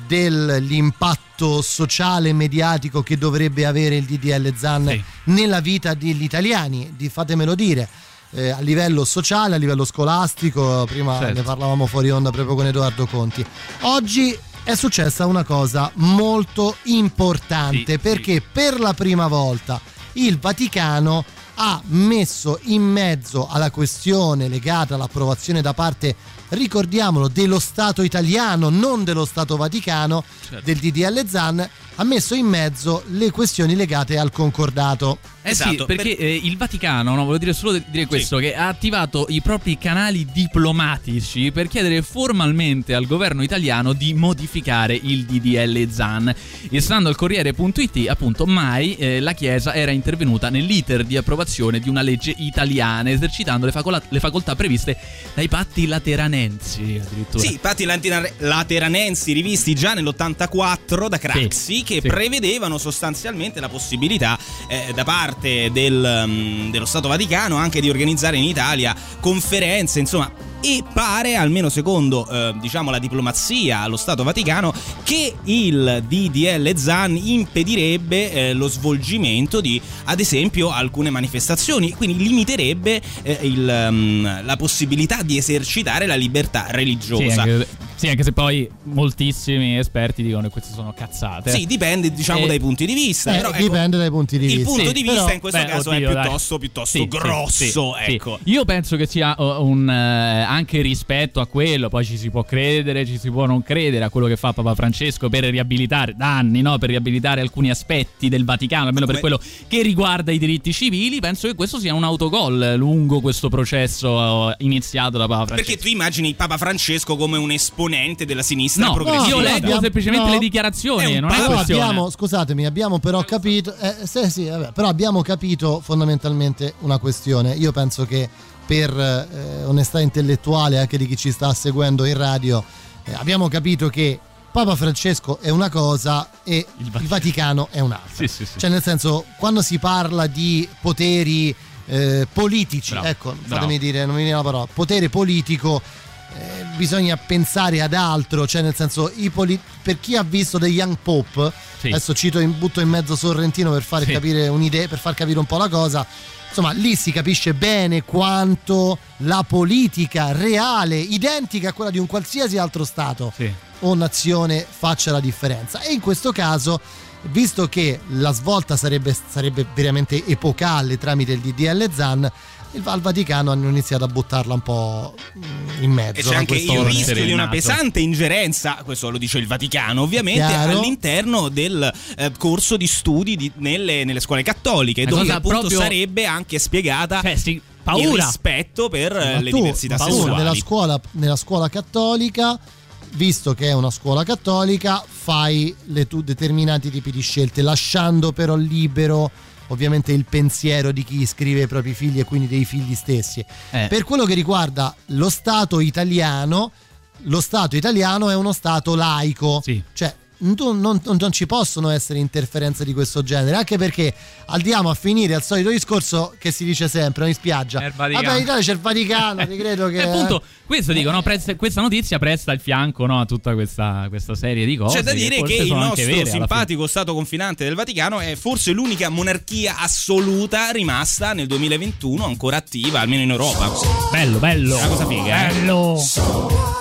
dell'impatto sociale e mediatico che dovrebbe avere il D D L Zan sì. nella vita degli italiani, di, fatemelo dire, eh, a livello sociale, a livello scolastico. Prima certo. ne parlavamo fuori onda proprio con Edoardo Conti. Oggi è successa una cosa molto importante, sì, perché sì. per la prima volta il Vaticano ha messo in mezzo alla questione legata all'approvazione da parte, ricordiamolo, dello Stato italiano, non dello Stato Vaticano, certo. del D D L Zan, ha messo in mezzo le questioni legate al concordato. Eh esatto, sì, perché per... eh, il Vaticano, no, volevo dire solo dire questo, sì. che ha attivato i propri canali diplomatici per chiedere formalmente al governo italiano di modificare il D D L Zan. E stando al Corriere punto it, appunto, mai eh, la Chiesa era intervenuta nell'iter di approvazione di una legge italiana, esercitando le, facola- le facoltà previste dai patti lateranensi, addirittura. Sì, patti lateranensi rivisti già nell'ottantaquattro da Craxi, sì, che sì. prevedevano sostanzialmente la possibilità eh, da parte del, um, dello Stato Vaticano anche di organizzare in Italia conferenze, insomma, e pare, almeno secondo eh, diciamo la diplomazia allo Stato Vaticano, che il D D L Zan impedirebbe eh, lo svolgimento di, ad esempio, alcune manifestazioni, quindi limiterebbe eh, il, um, la possibilità di esercitare la libertà religiosa. Sì, anche, sì, anche se poi moltissimi esperti dicono che queste sono cazzate. Sì, dipende, diciamo, eh, dai punti di vista. Eh, però, dipende ecco, dai punti di vista. Il punto sì, di vista però, in questo beh, caso oddio, è piuttosto, piuttosto sì, grosso. Sì, sì, ecco. Sì. Io penso che sia un eh, anche rispetto a quello, poi ci si può credere, ci si può non credere a quello che fa Papa Francesco per riabilitare da anni, no? Per riabilitare alcuni aspetti del Vaticano, almeno per quello che riguarda i diritti civili. Penso che questo sia un autogol lungo questo processo iniziato da Papa Francesco. Perché tu immagini Papa Francesco come un esponente della sinistra no, progressista? No, io leggo abbiamo, semplicemente no, le dichiarazioni, non è però questione. Abbiamo, scusatemi, abbiamo però capito, eh, sì, sì, vabbè, però abbiamo capito fondamentalmente una questione. Io penso che per eh, onestà intellettuale anche di chi ci sta seguendo in radio, eh, abbiamo capito che Papa Francesco è una cosa e il Vaticano, il Vaticano è un'altra. Sì, sì, sì. Cioè, nel senso, quando si parla di poteri eh, politici, bravo, ecco, bravo. fatemi dire, non mi viene la parola, potere politico, eh, bisogna pensare ad altro, cioè nel senso, i poli- per chi ha visto The Young Pope, sì. adesso cito in, butto in mezzo Sorrentino per far sì. capire un'idea, per far capire un po' la cosa. Insomma, lì si capisce bene quanto la politica reale, identica a quella di un qualsiasi altro Stato sì. o nazione, faccia la differenza. E in questo caso, visto che la svolta sarebbe, sarebbe veramente epocale tramite il D D L Zan, il Val Vaticano hanno iniziato a buttarla un po' in mezzo. E c'è anche il rischio di una pesante ingerenza, questo lo dice il Vaticano ovviamente, Chiaro. all'interno del eh, corso di studi di, nelle, nelle scuole cattoliche, la dove appunto proprio... sarebbe anche spiegata cioè, sì, paura. il rispetto per Ma le tu, diversità sessuali. Nella scuola, nella scuola cattolica, visto che è una scuola cattolica, fai le tu determinati tipi di scelte, lasciando però libero ovviamente il pensiero di chi iscrive i propri figli e quindi dei figli stessi. Eh. Per quello che riguarda lo Stato italiano, lo Stato italiano è uno Stato laico, sì. cioè non, non, non ci possono essere interferenze di questo genere, anche perché andiamo a finire al solito discorso che si dice sempre in spiaggia, vabbè in Italia c'è il Vaticano, ti credo che e appunto questo dico, no, presta, questa notizia presta il fianco, no, a tutta questa, questa serie di cose. C'è da dire che, che il nostro vere, simpatico Stato confinante del Vaticano è forse l'unica monarchia assoluta rimasta nel duemilaventuno ancora attiva, almeno in Europa. Bello, bello. Una cosa figa, eh? Bello. Solo,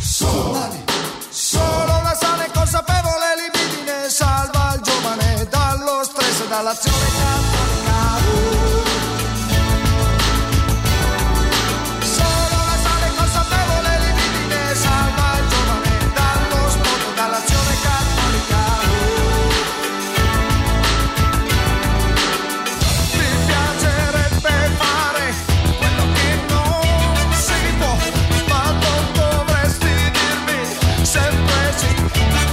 solo, solo la sana e consapevole libidine salva il giovane dallo stress e dall'azione cattolica. Sempre sì.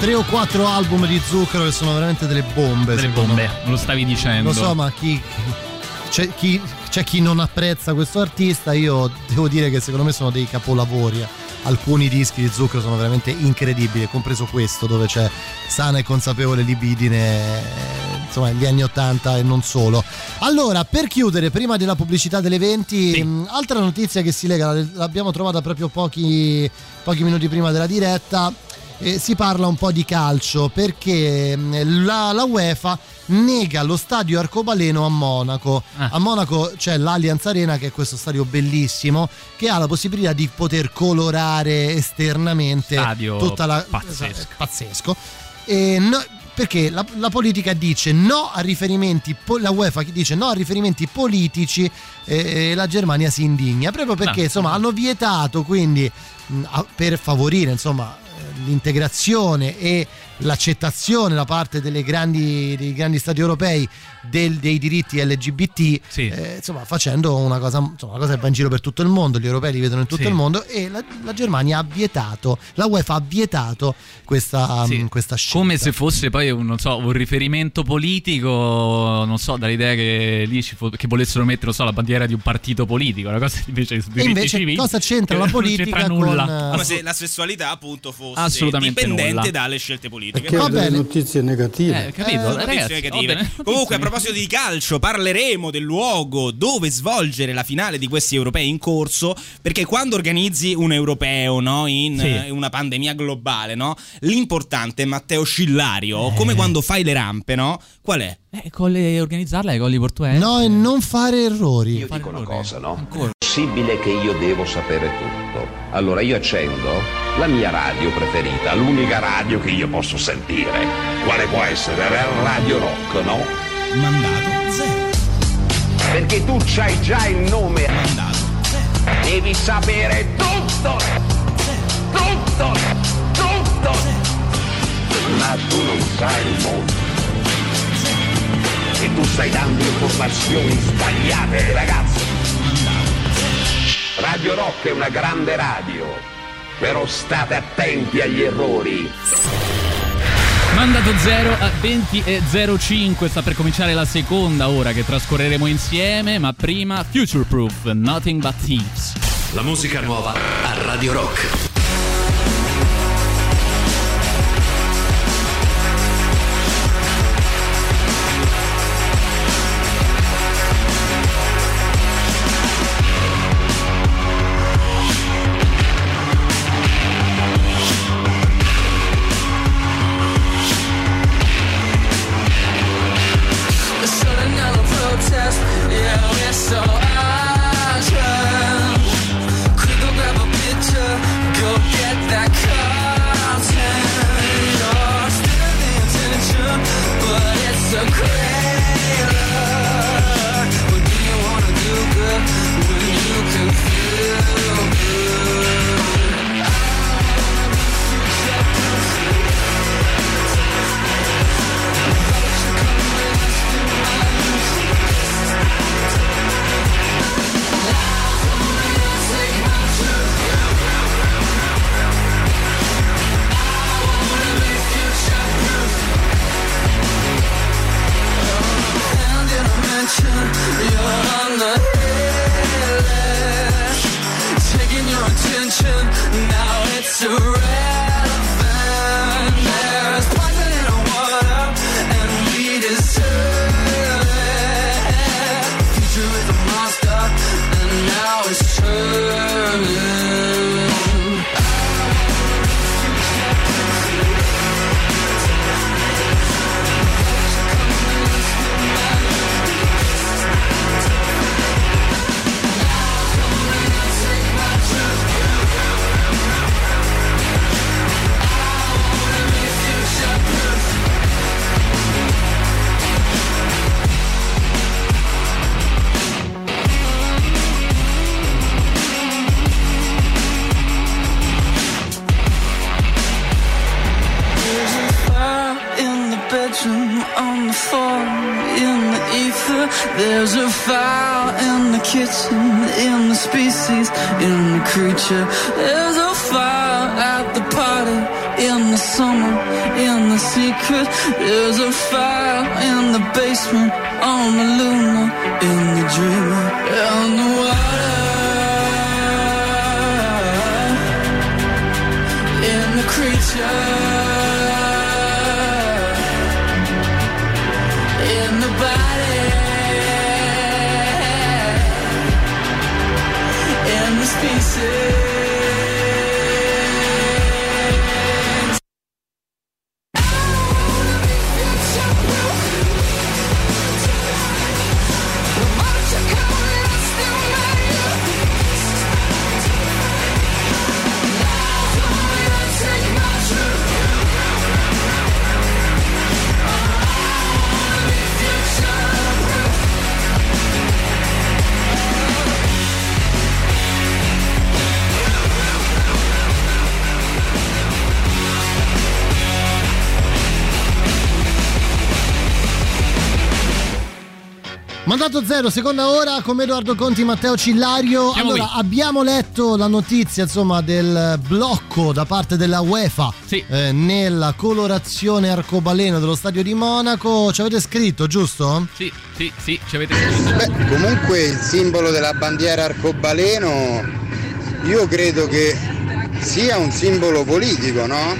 tre o quattro album di Zucchero che sono veramente delle bombe. Delle bombe, me. Lo stavi dicendo. Lo so, ma chi c'è, chi c'è chi non apprezza questo artista, io devo dire che secondo me sono dei capolavori. Alcuni dischi di Zucchero sono veramente incredibili, compreso questo dove c'è Sana e consapevole libidine, insomma gli anni ottanta e non solo. Allora, per chiudere, prima della pubblicità delle venti, sì. mh, altra notizia che si lega, l'abbiamo trovata proprio pochi, pochi minuti prima della diretta. Eh, si parla un po' di calcio perché la, la UEFA nega lo stadio arcobaleno a Monaco. Ah. A Monaco c'è l'Allianz Arena, che è questo stadio bellissimo che ha la possibilità di poter colorare esternamente stadio tutta la pazzesco, pazzesco. E no, perché la, la politica dice no a riferimenti, la UEFA dice no a riferimenti politici, e, e la Germania si indigna proprio perché no. insomma hanno vietato, quindi mh, per favorire insomma l'integrazione e l'accettazione da parte delle grandi, dei grandi stati europei del, dei diritti L G B T, sì. eh, insomma facendo una cosa, insomma, una cosa che va in giro per tutto il mondo, gli europei li vedono in tutto sì. il mondo, e la, la Germania ha vietato, la UEFA ha vietato questa, sì. um, questa scelta. Come se fosse poi un, non so, un riferimento politico, non so, dall'idea che lì ci fo- che volessero mettere, non so, la bandiera di un partito politico, una cosa invece su diritti invece civili, cosa c'entra la politica c'entra nulla. Con, come se la sessualità appunto fosse assolutamente dipendente nulla. dalle scelte politiche. Perché va bene. Notizie negative. Eh, capito? Eh, Ragazzi, negative. notizie Comunque, a proposito di calcio, parleremo del luogo dove svolgere la finale di questi europei in corso, perché quando organizzi un europeo, no, in sì. una pandemia globale, no, l'importante, Matteo Scillario, eh. come quando fai le rampe, no, qual è? Eh, con le, organizzarla ai colli portuensi. No, e non fare errori. Io dico una cosa, no? È possibile che io devo sapere tutto. Allora io accendo la mia radio preferita, l'unica radio che io posso sentire. Quale può essere? Radio Rock, no? Mandato zero. Perché tu c'hai già il nome. Mandato zero. Devi sapere tutto. Tutto. Tutto. Ma tu non sai il mondo. E tu stai dando informazioni sbagliate, ragazzi. Radio Rock è una grande radio, però state attenti agli errori. Mandato zero a venti e zero cinque, sta per cominciare la seconda ora che trascorreremo insieme, ma prima Future Proof, Nothing But Thieves. La musica nuova a Radio Rock. There's a fire in the kitchen, in the species, in the creature. There's a fire at the party, in the summer, in the secret. There's a fire in the basement, on the Luna, in the dreamer, in the water, in the creature, in the body, in the species. Mandato zero, seconda ora con Edoardo Conti, Matteo Cillario. Siamo allora, qui. abbiamo letto la notizia, insomma, del blocco da parte della UEFA sì. eh, nella colorazione arcobaleno dello stadio di Monaco. Ci avete scritto, giusto? Sì, sì, sì, ci avete scritto. Beh, comunque il simbolo della bandiera arcobaleno io credo che sia un simbolo politico, no?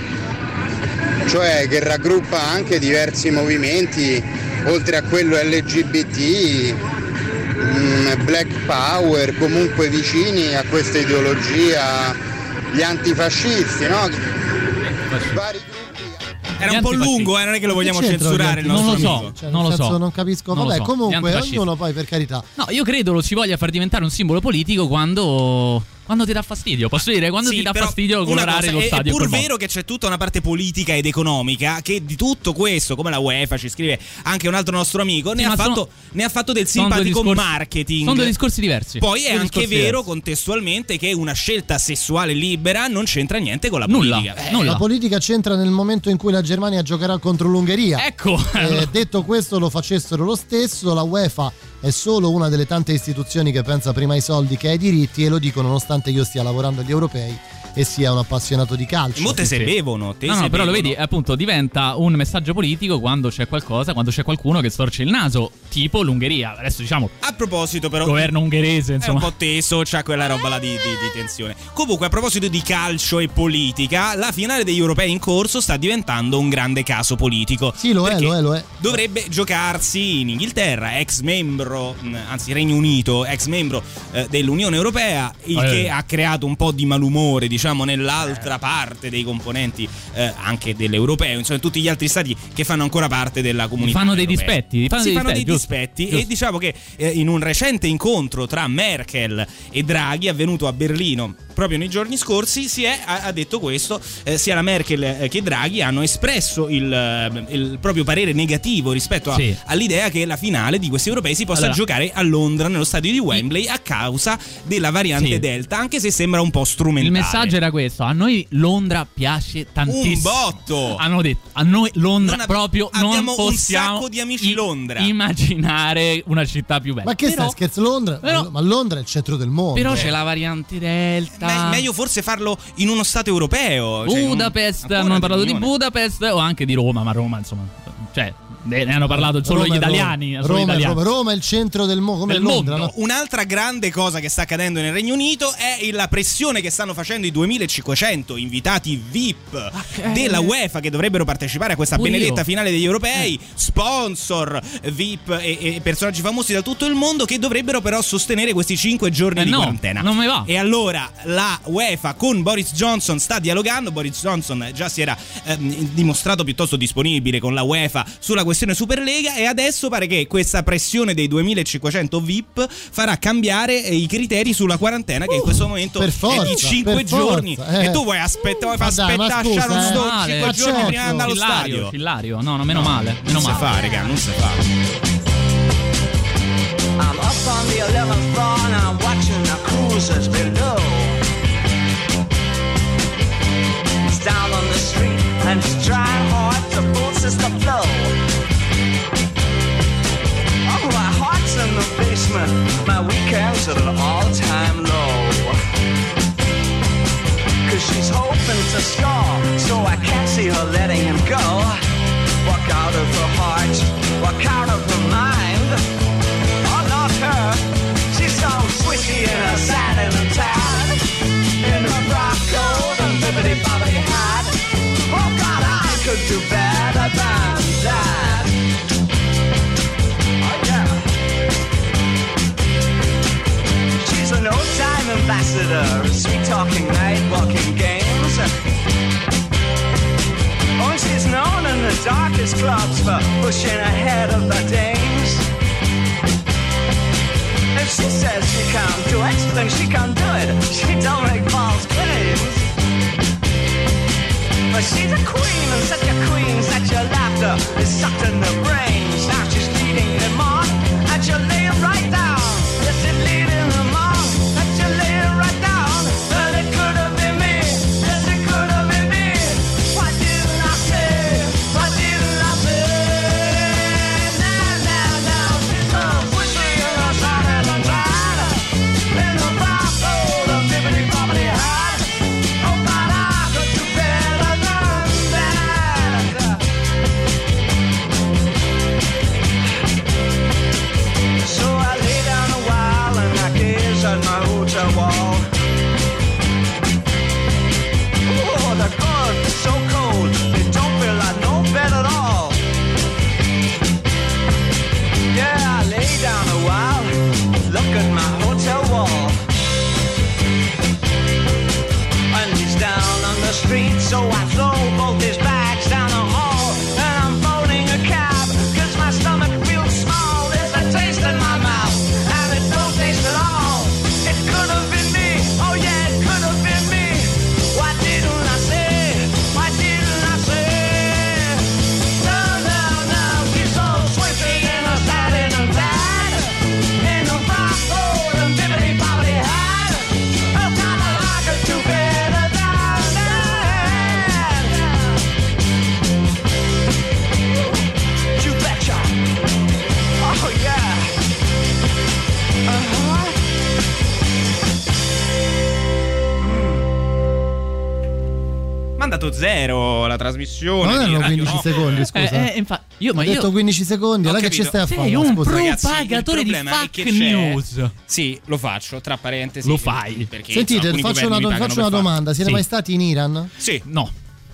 Cioè che raggruppa anche diversi movimenti, oltre a quello L G B T, Black Power, comunque vicini a questa ideologia, gli antifascisti, no? Vari Era un po' lungo, eh, non è che lo vogliamo censurare il nostro non lo so, amico. Cioè, non lo nel senso, so. non capisco. Non lo Vabbè, so. comunque, Gli antifascisti. ognuno poi, per carità. No, io credo lo si voglia far diventare un simbolo politico quando quando ti dà fastidio. Posso dire, quando Sì, ti dà però fastidio una colorare cosa, lo è- stadio. È pur col modo. vero che c'è tutta una parte politica ed economica che di tutto questo, come la UEFA ci scrive anche un altro nostro amico, Sì, ne, ha ma sono- fatto, ne ha fatto del sono due simpatico discorsi- marketing. Sono due discorsi diversi. Poi è Due anche discorsi vero diversi. contestualmente che una scelta sessuale libera non c'entra niente con la Nulla, politica. Eh, nulla. La politica c'entra nel momento in cui la Germania giocherà contro l'Ungheria. Ecco. Eh, detto questo, lo facessero lo stesso. La UEFA è solo una delle tante istituzioni che pensa prima ai soldi che ai diritti, e lo dico nonostante io stia lavorando agli europei e sia un appassionato di calcio. Mo te Sì, se sì. bevono, te No, se no, però lo bevono. vedi, appunto, diventa un messaggio politico quando c'è qualcosa, quando c'è qualcuno che storce il naso, tipo l'Ungheria. Adesso diciamo, A proposito però, governo ungherese, è un insomma. po' teso, c'ha quella roba là di, di- di tensione. Comunque, a proposito di calcio e politica, la finale degli europei in corso sta diventando un grande caso politico. Sì, lo è, Perché lo è, lo è. Dovrebbe giocarsi in Inghilterra, ex membro, mh, anzi Regno Unito, ex membro eh, dell'Unione Europea, il Eh. che ha creato un po' di malumore, diciamo, nell'altra parte dei componenti eh, anche dell'europeo, insomma, tutti gli altri stati che fanno ancora parte della comunità. Fanno dei europea. dispetti, fanno si dei fanno dispetti, dei giusto, dispetti giusto. e diciamo che eh, in un recente incontro tra Merkel e Draghi avvenuto a Berlino proprio nei giorni scorsi si è, ha, ha detto questo, eh, sia la Merkel eh, che Draghi hanno espresso il, eh, il proprio parere negativo rispetto a, Sì. all'idea che la finale di questi europei si possa Allora, giocare a Londra nello stadio di Wembley a causa della variante Sì. Delta, anche se sembra un po' strumentale. Il messaggio era questo: a noi Londra piace tantissimo. Un botto! Hanno detto, a noi Londra Non ab- proprio abbiamo non un possiamo sacco di amici Londra. immaginare una città più bella. Ma che Però- stai scherzando? Londra? però- Ma Londra è il centro del mondo. Però c'è la variante Delta. Me- meglio forse farlo in uno stato europeo. cioè in un- Budapest, ancora hanno parlato di dell'Unione. Budapest o anche di Roma, ma Roma insomma, cioè ne ne hanno parlato solo Roma gli è Roma. italiani. solo gli Roma, è italiani. Roma, Roma è il centro del mondo, come Del Londra, mondo. no? Un'altra grande cosa che sta accadendo nel Regno Unito è la pressione che stanno facendo i duemilacinquecento invitati V I P della UEFA che dovrebbero partecipare a questa Pure benedetta io. finale degli europei, sponsor, V I P e, e personaggi famosi da tutto il mondo che dovrebbero però sostenere questi cinque giorni Eh di no, quarantena. non mi va. E allora la UEFA con Boris Johnson sta dialogando. Boris Johnson già si era ehm, dimostrato piuttosto disponibile con la UEFA sulla questione Superlega e adesso pare che questa pressione dei duemilacinquecento V I P farà cambiare eh, i criteri sulla quarantena che in questo momento per è forza, di cinque per giorni forza, eh. e tu vuoi aspettare, vuoi far Ma dai, ma aspettare scusa, Sharon eh. Stone Male. cinque Ma giorni certo. prima di andare allo Fillario, stadio. Fillario, no, no, meno male, meno Non si male. fa, raga, non si fa. I'm up on the eleventh floor and I'm watching the cruisers below. It's down on the street and it's trying hard to boost the flow. Oh, my heart's in the basement, my weekends at an all-time low. Cause she's hoping to score, so I can't see died. Oh yeah. She's an old-time ambassador, sweet talking, night walking games. Oh, she's known in the darkest clubs for pushing ahead of the dames. If she says she can't do it, then she can't do it. She don't make false claims. But she's a queen, and such a queen, such a laughter is sucked in the brains. Now she's leading them on, and she'll lay it right down. Yes, she's leading them on, and she'll lay it right down. But it could have been me, yes, it could have been me. Why didn't I say, why didn't I say? Now, now, now, she's so quickly in the sun and the tide. In the brown gold of Tiffany property hide. Oh, but I could do better than that. So I lay down a while and I gaze at my hotel wall. Oh, the good is so cold, they don't feel like no bed at all. Yeah, I lay down a while, look at my hotel wall. And he's down on the street, so I throw both his bags down the hall. And I'm phoning a cab, cause my stomach feels small. There's a taste in my mouth, and it don't taste at all. It could have been me, oh yeah, it could have been me. Why didn't I say, why didn't I say? No, no, no, she's so sweeping in a satin and bad. In a frock coat and bibbity bobbity hat. Oh, God, I could do better than that. You betcha. Oh, yeah. Uh-huh. Mandato zero la trasmissione. Non di erano Radio quindici Rock. secondi, scusa. Eh, eh, infa- io, ma Ho io detto quindici secondi, Ho là che capito. ci stai a fare? sei un Scusa. Ragazzi, propagatore il di problema è fake che c'è- news. Sì, lo faccio, tra parentesi. Lo fai. Perché Sentite, alcuni faccio una, governi mi faccio pagano una per farlo. domanda. Siete Sì. mai stati in Iran? Sì. No.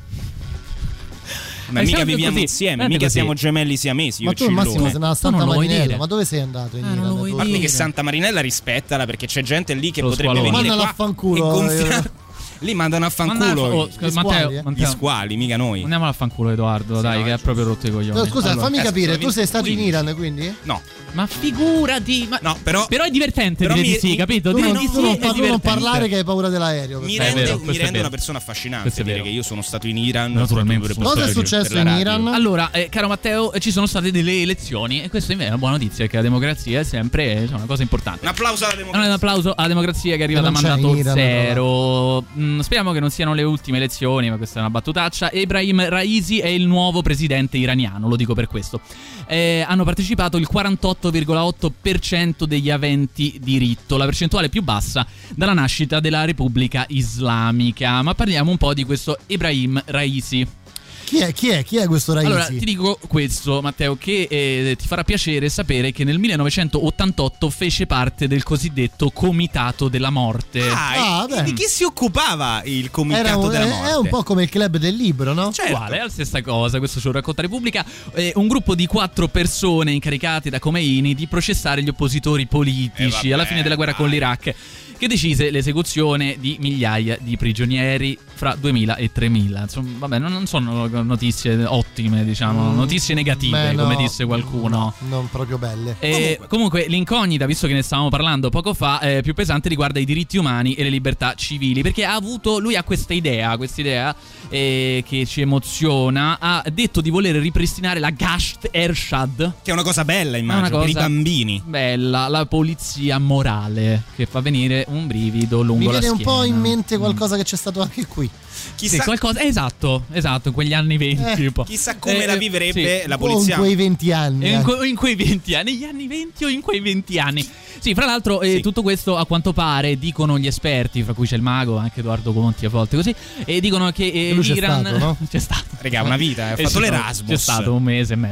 Ma È mica sempre viviamo così, insieme, sempre mica così. siamo gemelli siamesi. Ma Io tu e al massimo Cillone. sei nella Tu non Santa lo vuoi Marinella. dire. Ma dove sei andato in Ah, non Iran? lo vuoi tu? A parte dire. che Santa Marinella rispettala perché c'è gente lì che Lo potrebbe squalore. venire Mandala qua a fanculo, e gonfia- io- Lì mandano a Mandala- fanculo oh, i- scusa, gli Matteo, squali, eh? gli Matteo, squali, mica noi. andiamo a fanculo Edoardo, Sì, dai, no, che è proprio rotto i coglioni. No, scusa, Allora, fammi eh, capire, sono tu sei stato in quindici. Iran quindi? No, ma figurati, ma no, però, però è divertente però dire mi- di sì, mi- capito? Tu Dire non, di tu sì non è par- tu non divertente. parlare che hai paura dell'aereo. mi per è rende, vero, mi questo è rende vero. una persona affascinante Questo è dire vero. che io sono stato in Iran. Naturalmente. proprio Cosa è per- successo per la in radio. Iran? Allora, eh, caro Matteo, eh, ci sono state delle elezioni e questa invece è una buona notizia, che la democrazia è sempre eh, una cosa importante. Un applauso alla Un democrazia. applauso alla democrazia che arriva Che da non c'è mandato in Iran, zero. Mm, speriamo che non siano le ultime elezioni, ma questa è una battutaccia. Ebrahim Raisi è il nuovo presidente iraniano, lo dico per questo. Eh, hanno partecipato il quarantotto virgola otto per cento degli aventi diritto, la percentuale più bassa dalla nascita della Repubblica Islamica. Ma parliamo un po' di questo Ebrahim Raisi. Chi è, chi è, chi è questo Raisi? Allora, ti dico questo, Matteo, che eh, ti farà piacere sapere che nel millenovecentottantotto fece parte del cosiddetto Comitato della Morte. Ah, Ah, e beh. di chi si occupava il comitato Era un- della è, morte? è un po' come il club del libro, no? Certo. Uguale, è la stessa cosa, questo ce lo racconta Repubblica. Eh, un gruppo di quattro persone incaricate da Khomeini di processare gli oppositori politici Eh, vabbè, alla fine della guerra con dai. l'Iraq, che decise l'esecuzione di migliaia di prigionieri fra duemila e tremila. Insomma, vabbè, non, non sono notizie ottime, diciamo, Mm, notizie negative, beh, no, come disse qualcuno. no, non proprio belle. E comunque. comunque l'incognita, visto che ne stavamo parlando poco fa, eh, più pesante riguarda i diritti umani e le libertà civili, perché ha avuto, lui ha questa idea, questa idea eh, che ci emoziona, ha detto di voler ripristinare la Gasht Ershad, Che è una cosa bella, È immagino, una per i cosa bambini. bella, la polizia morale, che fa venire un brivido lungo Mi la viene schiena. un po' in mente qualcosa che c'è stato anche qui. Chissà, Sì, qualcosa, esatto, esatto, in quegli anni venti. Eh, un po'. chissà come Eh, la eh, vivrebbe sì. la O in polizia. quei venti anni. E in, eh. que- in quei venti anni, negli anni venti o in quei venti anni? Sì, fra l'altro, eh, Sì. tutto questo a quanto pare dicono gli esperti, fra cui c'è il mago, anche Edoardo Conti a volte così, e dicono che eh, E lui c'è l'Iran stato, no? c'è stato. Regà, una vita, ha Eh fatto sì, l'Erasmus. C'è stato un mese e mezzo.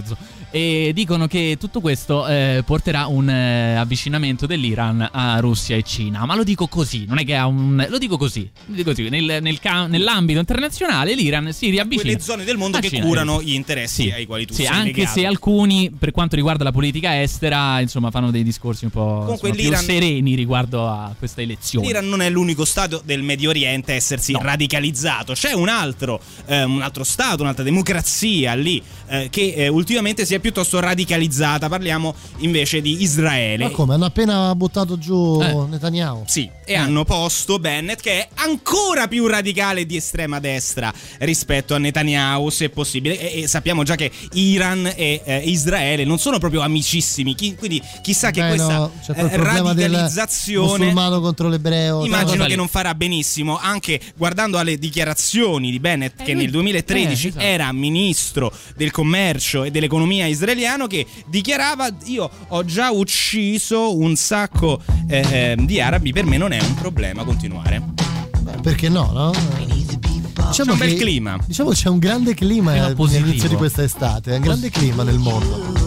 e dicono che tutto questo eh, porterà un eh, avvicinamento dell'Iran a Russia e Cina. Ma lo dico così, non è che ha un... lo dico così, lo dico così. Nel, nel ca- nell'ambito internazionale l'Iran si riavvicina quelle zone del mondo che Cina, curano gli interessi sì, ai quali tu sì, sei anche legato. se alcuni, per quanto riguarda la politica estera, insomma fanno dei discorsi un po' Comunque, insomma, l'Iran... più sereni riguardo a questa elezione. L'Iran non è l'unico stato del Medio Oriente a essersi no. radicalizzato. C'è un altro, eh, un altro stato, un'altra democrazia lì eh, che eh, ultimamente si è piuttosto radicalizzata. Parliamo invece di Israele. Ma come? Hanno appena buttato giù eh. Netanyahu. Sì, e eh. hanno posto Bennett, che è ancora più radicale di estrema destra rispetto a Netanyahu, se possibile. E, e sappiamo già che Iran e eh, Israele non sono proprio amicissimi. Chi, quindi chissà che Beh, questa no, c'è eh, radicalizzazione musulmano contro l'ebreo. immagino che non farà benissimo, anche guardando alle dichiarazioni di Bennett, eh, che lui, nel duemilatredici eh, esatto. era ministro del commercio e dell'economia israeliano, che dichiarava: io ho già ucciso un sacco eh, eh, di arabi, per me non è un problema continuare. Beh, perché no, no? Diciamo c'è un bel che, clima. Diciamo c'è un grande clima all'inizio di questa estate, un grande clima nel mondo.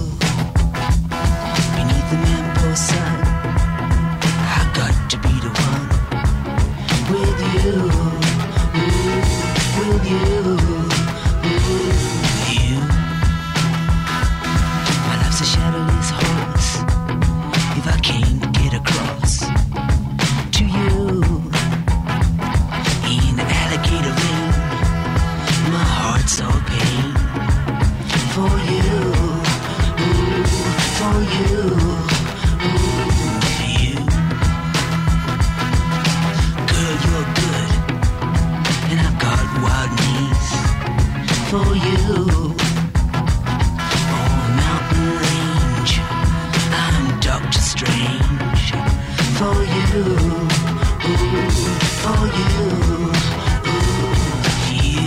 For you, oh mountain range, I'm Doctor Strange. For you, ooh, for you, ooh, you.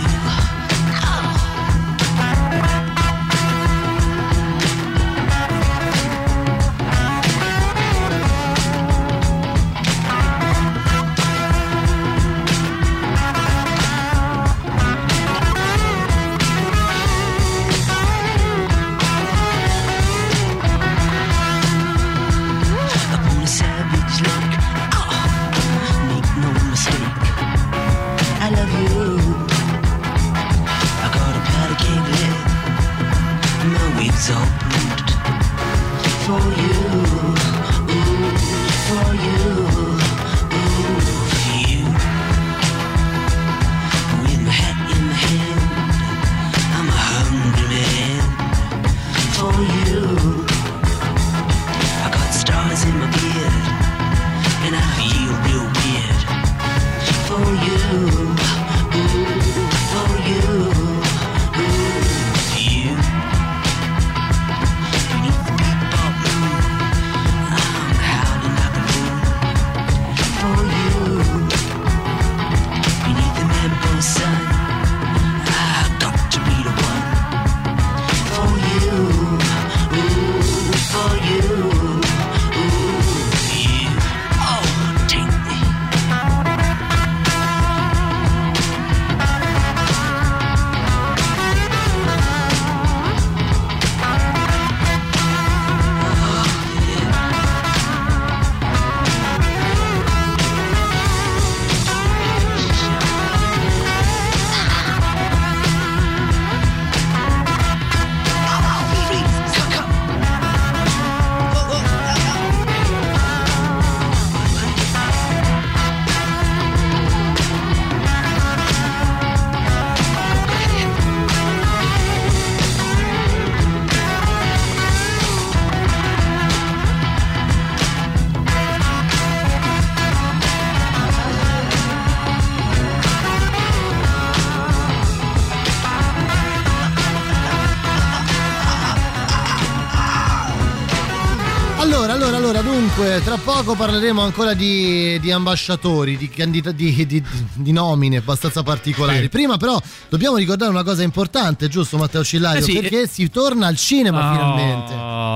Allora, allora, allora, dunque, tra poco parleremo ancora di, di ambasciatori, di, candida- di, di, di, di nomine abbastanza particolari. Sì. Prima però dobbiamo ricordare una cosa importante, giusto Matteo Cillario? Eh sì, perché eh... si torna al cinema oh, finalmente.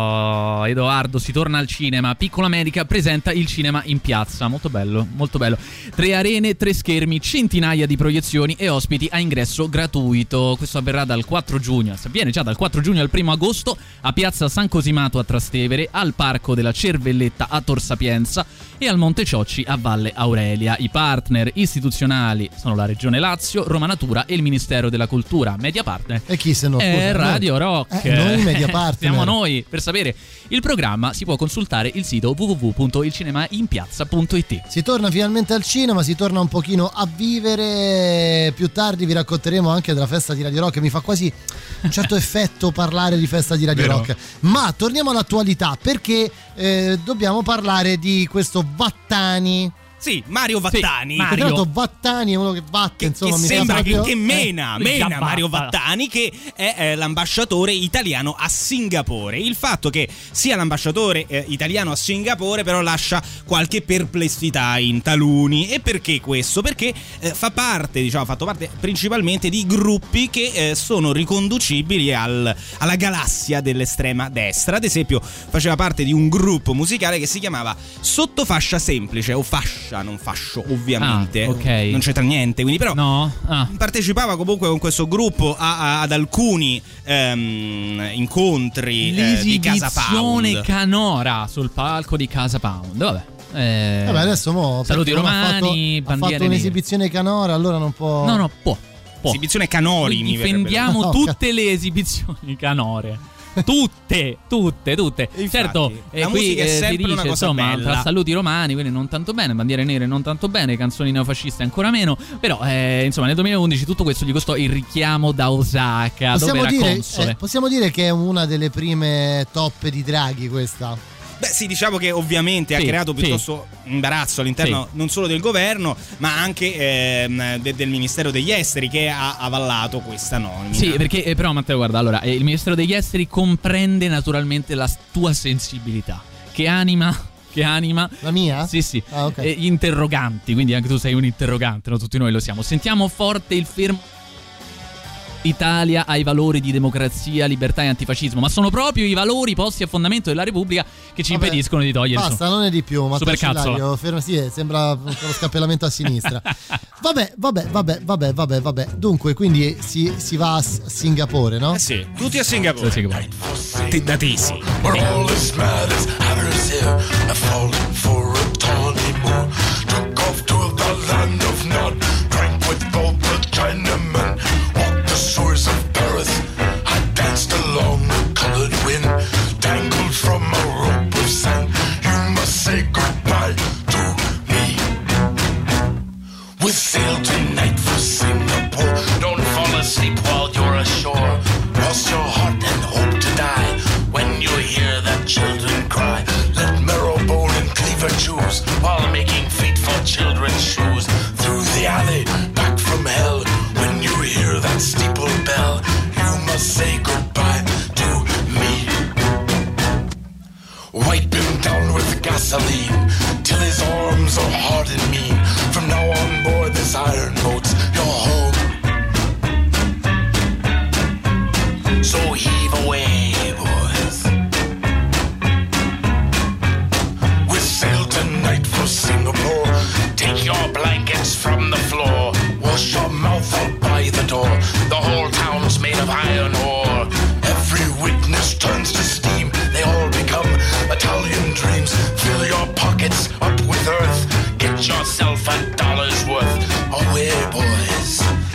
Oh, Edoardo, si torna al cinema. Piccola America presenta il cinema in piazza. Molto bello, molto bello. Tre arene, tre schermi, centinaia di proiezioni e ospiti a ingresso gratuito. Questo avverrà dal quattro giugno, avviene già dal quattro giugno al primo agosto a Piazza San Cosimato a Trastevere, al Parco della Cervelletta a Tor Sapienza e al Monte Ciocci a Valle Aurelia. I partner istituzionali sono la Regione Lazio, Roma Natura e il Ministero della Cultura. Media partner e chi se no? È Radio Rock. Eh, noi media partner. Siamo noi. Per sapere il programma si può consultare il sito w w w punto il cinema in piazza punto i t. Si torna finalmente al cinema, si torna un pochino a vivere. Più tardi vi racconteremo anche della festa di Radio Rock. Mi fa quasi un certo effetto parlare di festa di Radio Vero. Rock. Ma torniamo all'attualità, perché eh, dobbiamo parlare di questo Vattani. Sì, Mario Vattani. Sì, Mario. Vattani è uno che batte, che, insomma, che mi sembra proprio... che, che mena, eh, mena Mario Vattani, che è eh, l'ambasciatore italiano a Singapore. Il fatto che sia l'ambasciatore eh, italiano a Singapore però lascia qualche perplessità in taluni. E perché questo? Perché eh, fa parte, diciamo, ha fatto parte principalmente di gruppi che eh, sono riconducibili al, alla galassia dell'estrema destra. Ad esempio, faceva parte di un gruppo musicale che si chiamava Sottofascia Semplice o Fascia, non fascio ovviamente, ah, okay. Non c'entra niente, quindi però no. ah. partecipava comunque con questo gruppo a, a, ad alcuni ehm, incontri eh, di Casa Pound. L'esibizione canora sul palco di Casa Pound, vabbè. Eh, vabbè, adesso mo saluti romani, ha fatto, ha fatto un'esibizione canora, allora non può. No, no, può. può. Esibizione canori. Noi difendiamo no, tutte ca- le esibizioni canore. Tutte, tutte, tutte. Infatti, certo, eh, qui eh, si dice una cosa insomma bella. Tra saluti romani, quindi non tanto bene, bandiere nere non tanto bene, canzoni neofasciste ancora meno. Però eh, insomma nel duemilaundici tutto questo gli costò il richiamo da Osaka, possiamo dove era dire, console. Eh, possiamo dire che è una delle prime toppe di Draghi questa. Beh sì, diciamo che ovviamente sì, ha creato piuttosto sì. imbarazzo all'interno sì. non solo del governo ma anche ehm, de- del Ministero degli Esteri, che ha avallato questa nomina. Sì, perché eh, però Matteo guarda, allora eh, il Ministero degli Esteri comprende naturalmente la tua sensibilità che anima Che anima la mia? Sì, sì. Ah, okay. eh, interroganti, quindi anche tu sei un interrogante, no? Tutti noi lo siamo. Sentiamo forte il fermo. L'Italia ha i valori di democrazia, libertà e antifascismo, ma sono proprio i valori posti a fondamento della Repubblica che ci Vabbè, impediscono di togliere. Basta, non è di più. Ma super cazzo. Fermo, sì, sembra lo scappellamento a sinistra. Vabbè, vabbè, vabbè, vabbè, vabbè, vabbè. Dunque, quindi si, si va a Singapore, no? Eh sì, tutti a Singapore. A Singapore. T- da tesi. We're all as mad as hatters here, a falling for a tawny moon. Took off to the land of Nod, drank with both the Chinamen. Shores of Paris, I danced along the colored wind, dangled from a rope of sand. You must say goodbye to me. We sail tonight for Singapore. Don't fall asleep while you're ashore. Cross your heart and hope to die when you hear the children cry. Let marrowbone and cleaver choose while making feet for children's shoes. Through the alley, back from hell. When you hear that steeple bell, you must say goodbye to me. Wipe him down with gasoline till his arms are hard and mean. From now on board this iron boat's your home. So heave away, boys. We sail tonight for Singapore. Take your blankets from the floor. Wash your mouth out by the door. The whole town's made of iron ore. Every witness turns to steam. They all become Italian dreams. Fill your pockets up with earth. Get yourself a dollar's worth. Away, boys.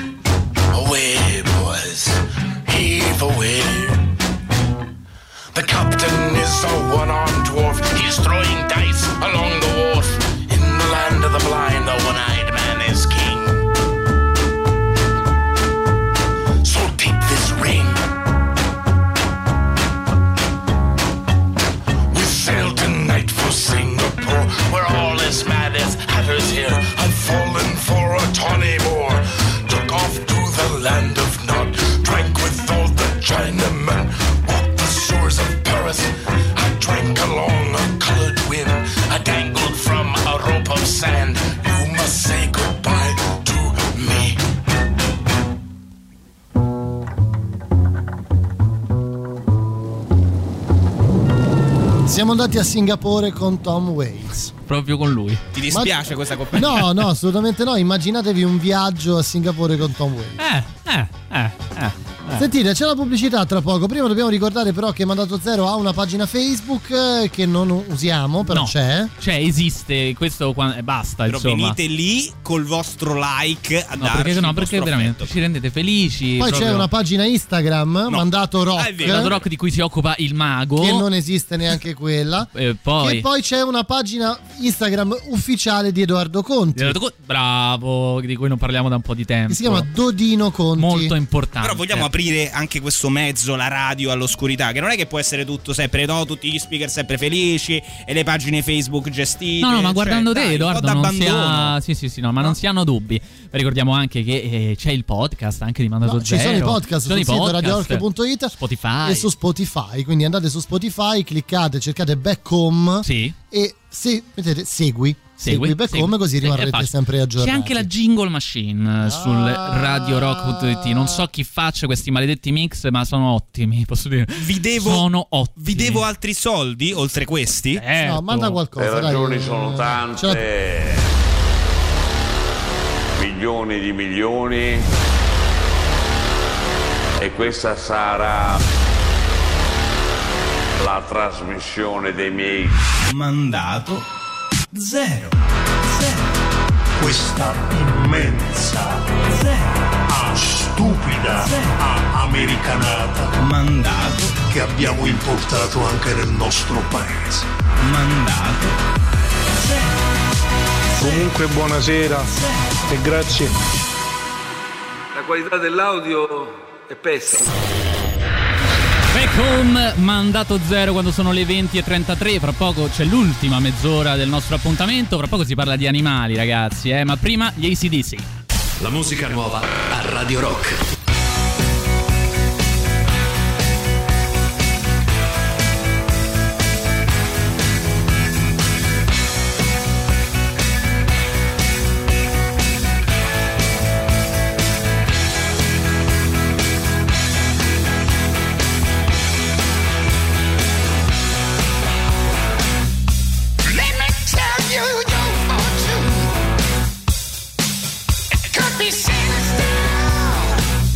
sand. You must say goodbye to me. Siamo andati a Singapore con Tom Waits. Proprio con lui. Ti dispiace Ma... questa compagnia? No, no, assolutamente no. Immaginatevi un viaggio a Singapore con Tom Waits. Eh, eh, eh, eh. Eh. Sentite, c'è la pubblicità tra poco. Prima dobbiamo ricordare però che Mandato Zero ha una pagina Facebook eh, che non usiamo, però no, c'è. Cioè esiste, questo qua, basta, però insomma. venite lì col vostro like a no, darci perché, no, il perché veramente affetto. ci rendete felici. Poi proprio. c'è una pagina Instagram, no. Mandato Rock. Ah, è vero. Mandato Rock di cui si occupa il mago. Che non esiste neanche quella. E poi... E poi c'è una pagina Instagram ufficiale di Edoardo Conti. Edoardo Conti, bravo, di cui non parliamo da un po' di tempo. Che si chiama Dodino Conti. Molto importante. Però vogliamo aprire anche questo mezzo, la radio, all'oscurità, che non è che può essere tutto sempre, no, tutti gli speaker sempre felici e le pagine Facebook gestite. No, no, ma guardando cioè, te, dai, Edoardo, un po' non si d'abbandono. ha... Sì, sì, sì, no, ma no. non si hanno dubbi. Ricordiamo anche che eh, c'è il podcast anche di Mandato No, Zero. ci sono i podcast ci sono sul i sito podcast, radio rock punto it Spotify. e su Spotify. Quindi andate su Spotify, cliccate, cercate Back Home sì. e se, vedete, segui. Segui, segui Back segui. Home, così rimarrete sempre aggiornati. C'è anche la jingle machine ah. sul radio rock punto it. Non so chi faccia questi maledetti mix, ma sono ottimi, posso dire. Vi devo, sono ottimi. Vi devo altri soldi oltre questi? Certo. No, manda qualcosa. Le ragioni dai. sono tante. Milioni di milioni. E questa sarà la trasmissione dei miei Mandato Zero. Zero. Questa immensa, zero, stupida, zero, americanata, mandato, che abbiamo importato anche nel nostro paese. Mandato zero. Comunque buonasera e grazie. La qualità dell'audio è pessima. Back Home, Mandato Zero, quando sono le venti e trentatré. Fra poco c'è l'ultima mezz'ora del nostro appuntamento. Fra poco si parla di animali, ragazzi, eh? Ma prima gli A C D C. La musica nuova a Radio Rock. Be sinister.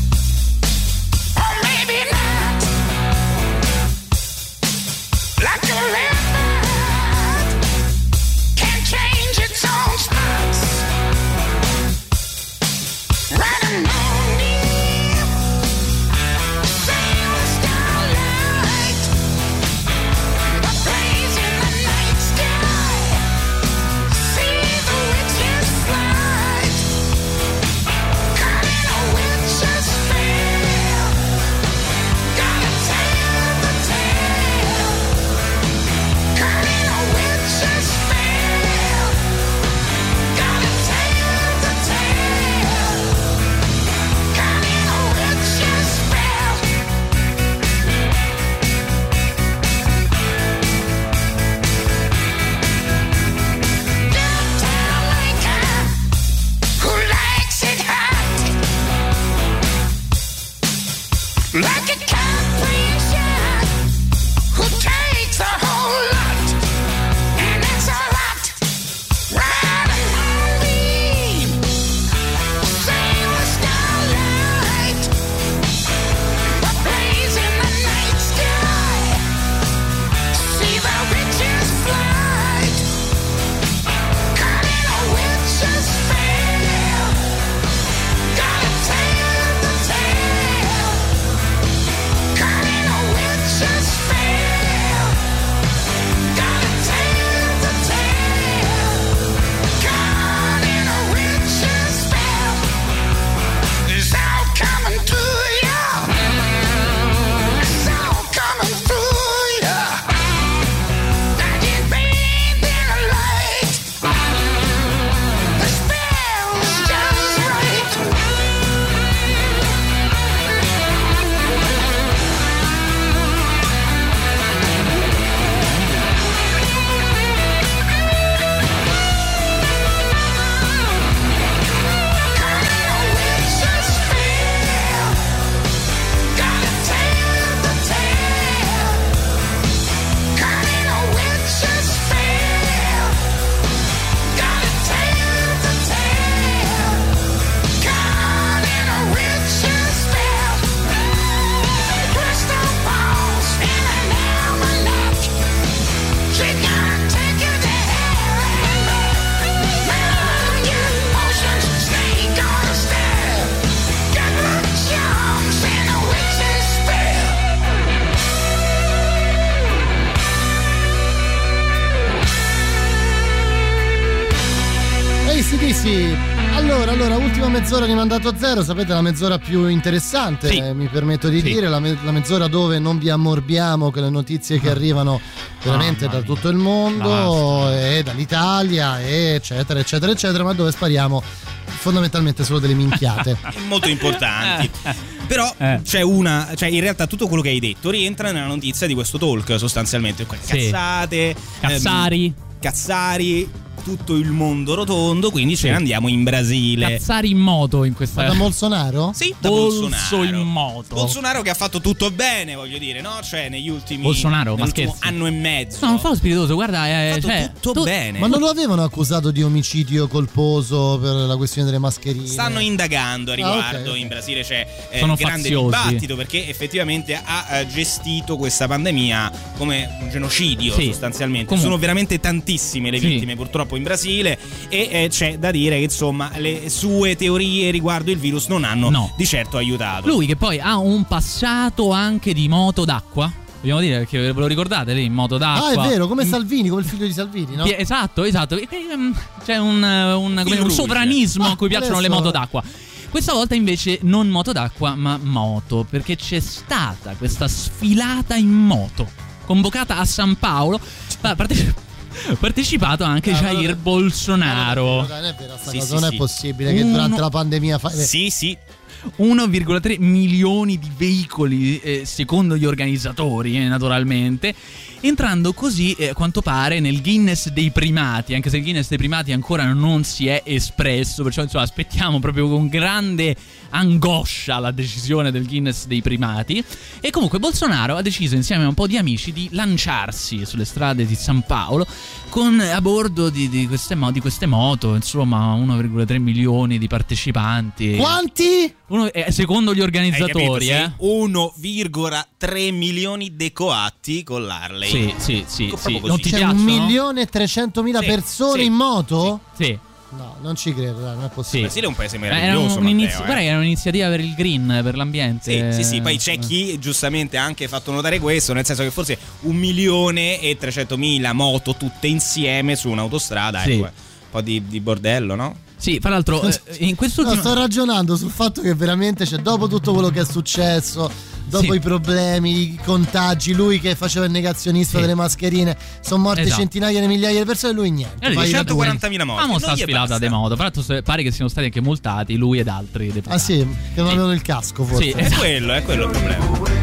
sì. Allora, allora, ultima mezz'ora di Mandato Zero, sapete, la mezz'ora più interessante, Sì. eh, mi permetto di Sì. dire, la, me- la mezz'ora dove non vi ammorbiamo con le notizie che arrivano veramente Mamma da mia. tutto il mondo e dall'Italia, e eccetera, eccetera, eccetera, ma dove spariamo fondamentalmente solo delle minchiate. Molto importanti. Però Eh. c'è una, cioè in realtà tutto quello che hai detto rientra nella notizia di questo talk, sostanzialmente. Sì. Cazzate, Cazzari. ehm, Cazzari, tutto il mondo rotondo, quindi ce ne andiamo in Brasile. Cazzari in moto in questa. Ma da Bolsonaro? Sì, da Bolso Bolsonaro. in moto. Bolsonaro che ha fatto tutto bene, voglio dire, no? Cioè negli ultimi Bolsonaro, ma nell'ultimo scherzi? anno e mezzo. No, non fa lo spiritoso, guarda, eh, Ha fatto cioè, tutto tu- bene. Ma non lo avevano accusato di omicidio colposo per la questione delle mascherine? Stanno indagando a riguardo. Ah, ok, ok. In Brasile c'è eh, Sono grande faziosi. dibattito perché effettivamente ha eh, gestito questa pandemia come un genocidio, Sì. sostanzialmente. Comunque. Sono veramente tantissime le Sì. vittime purtroppo in Brasile e eh, c'è da dire che insomma le sue teorie riguardo il virus non hanno No. di certo aiutato. Lui che poi ha un passato anche di moto d'acqua. Vogliamo dire che ve lo ricordate lì in moto d'acqua? Ah, è vero, come Mm. Salvini, come il figlio di Salvini, no? Sì, esatto, esatto. E, ehm, C'è un, eh, un, come dire, un rouge. sovranismo Ah, a cui piacciono le adesso- moto d'acqua. Questa volta invece non moto d'acqua, ma moto, perché c'è stata questa sfilata in moto, convocata a San Paolo. Ha parteci- partecipato anche Ah, Jair vabbè. Bolsonaro. Dai, non è vera sta Sì, cosa, sì, non sì. è possibile che Uno- durante la pandemia fa... Sì, sì. uno virgola tre milioni di veicoli, eh, secondo gli organizzatori, eh, naturalmente, entrando così, eh, a quanto pare, nel Guinness dei primati, anche se il Guinness dei primati ancora non si è espresso, perciò insomma aspettiamo proprio con grande angoscia la decisione del Guinness dei primati. E comunque Bolsonaro ha deciso insieme a un po' di amici di lanciarsi sulle strade di San Paolo con a bordo di, di, queste, mo- di queste moto, insomma uno virgola tre milioni di partecipanti. Quanti? Uno, eh, secondo gli organizzatori, Hai eh. capito, sì? uno virgola tre milioni decoatti con l'Harley. Sì, sì, sì, Proprio sì. così. Non ti C'è piacciono? un milione e trecentomila Sì, persone sì, in moto? Sì. No, non ci credo, dai, non è Il possibile. Brasile è un paese Eh, Era meraviglioso, un'inizi- Matteo, eh. guarda che era un'iniziativa per il green, per l'ambiente. Sì, sì, sì, poi c'è chi giustamente ha anche fatto notare questo, nel senso che forse un milione e trecentomila moto tutte insieme su un'autostrada, Sì. ecco, un po' di, di bordello, no? Sì, fra l'altro, eh, in No, quest'ultimo. sto ragionando sul fatto che veramente, cioè, dopo tutto quello che è successo, dopo Sì. i problemi, i contagi, lui che faceva il negazionista Sì. delle mascherine, sono morte Esatto. centinaia di migliaia di persone e lui niente. Eh, Fai la- centoquarantamila morti. Famo sta non gli sfilata basta. di moto. Fra l'altro, se- pare che siano stati anche multati lui ed altri deputati. Ah sì, che non Sì. avevano il casco forse. Sì, È esatto. quello, è quello il problema.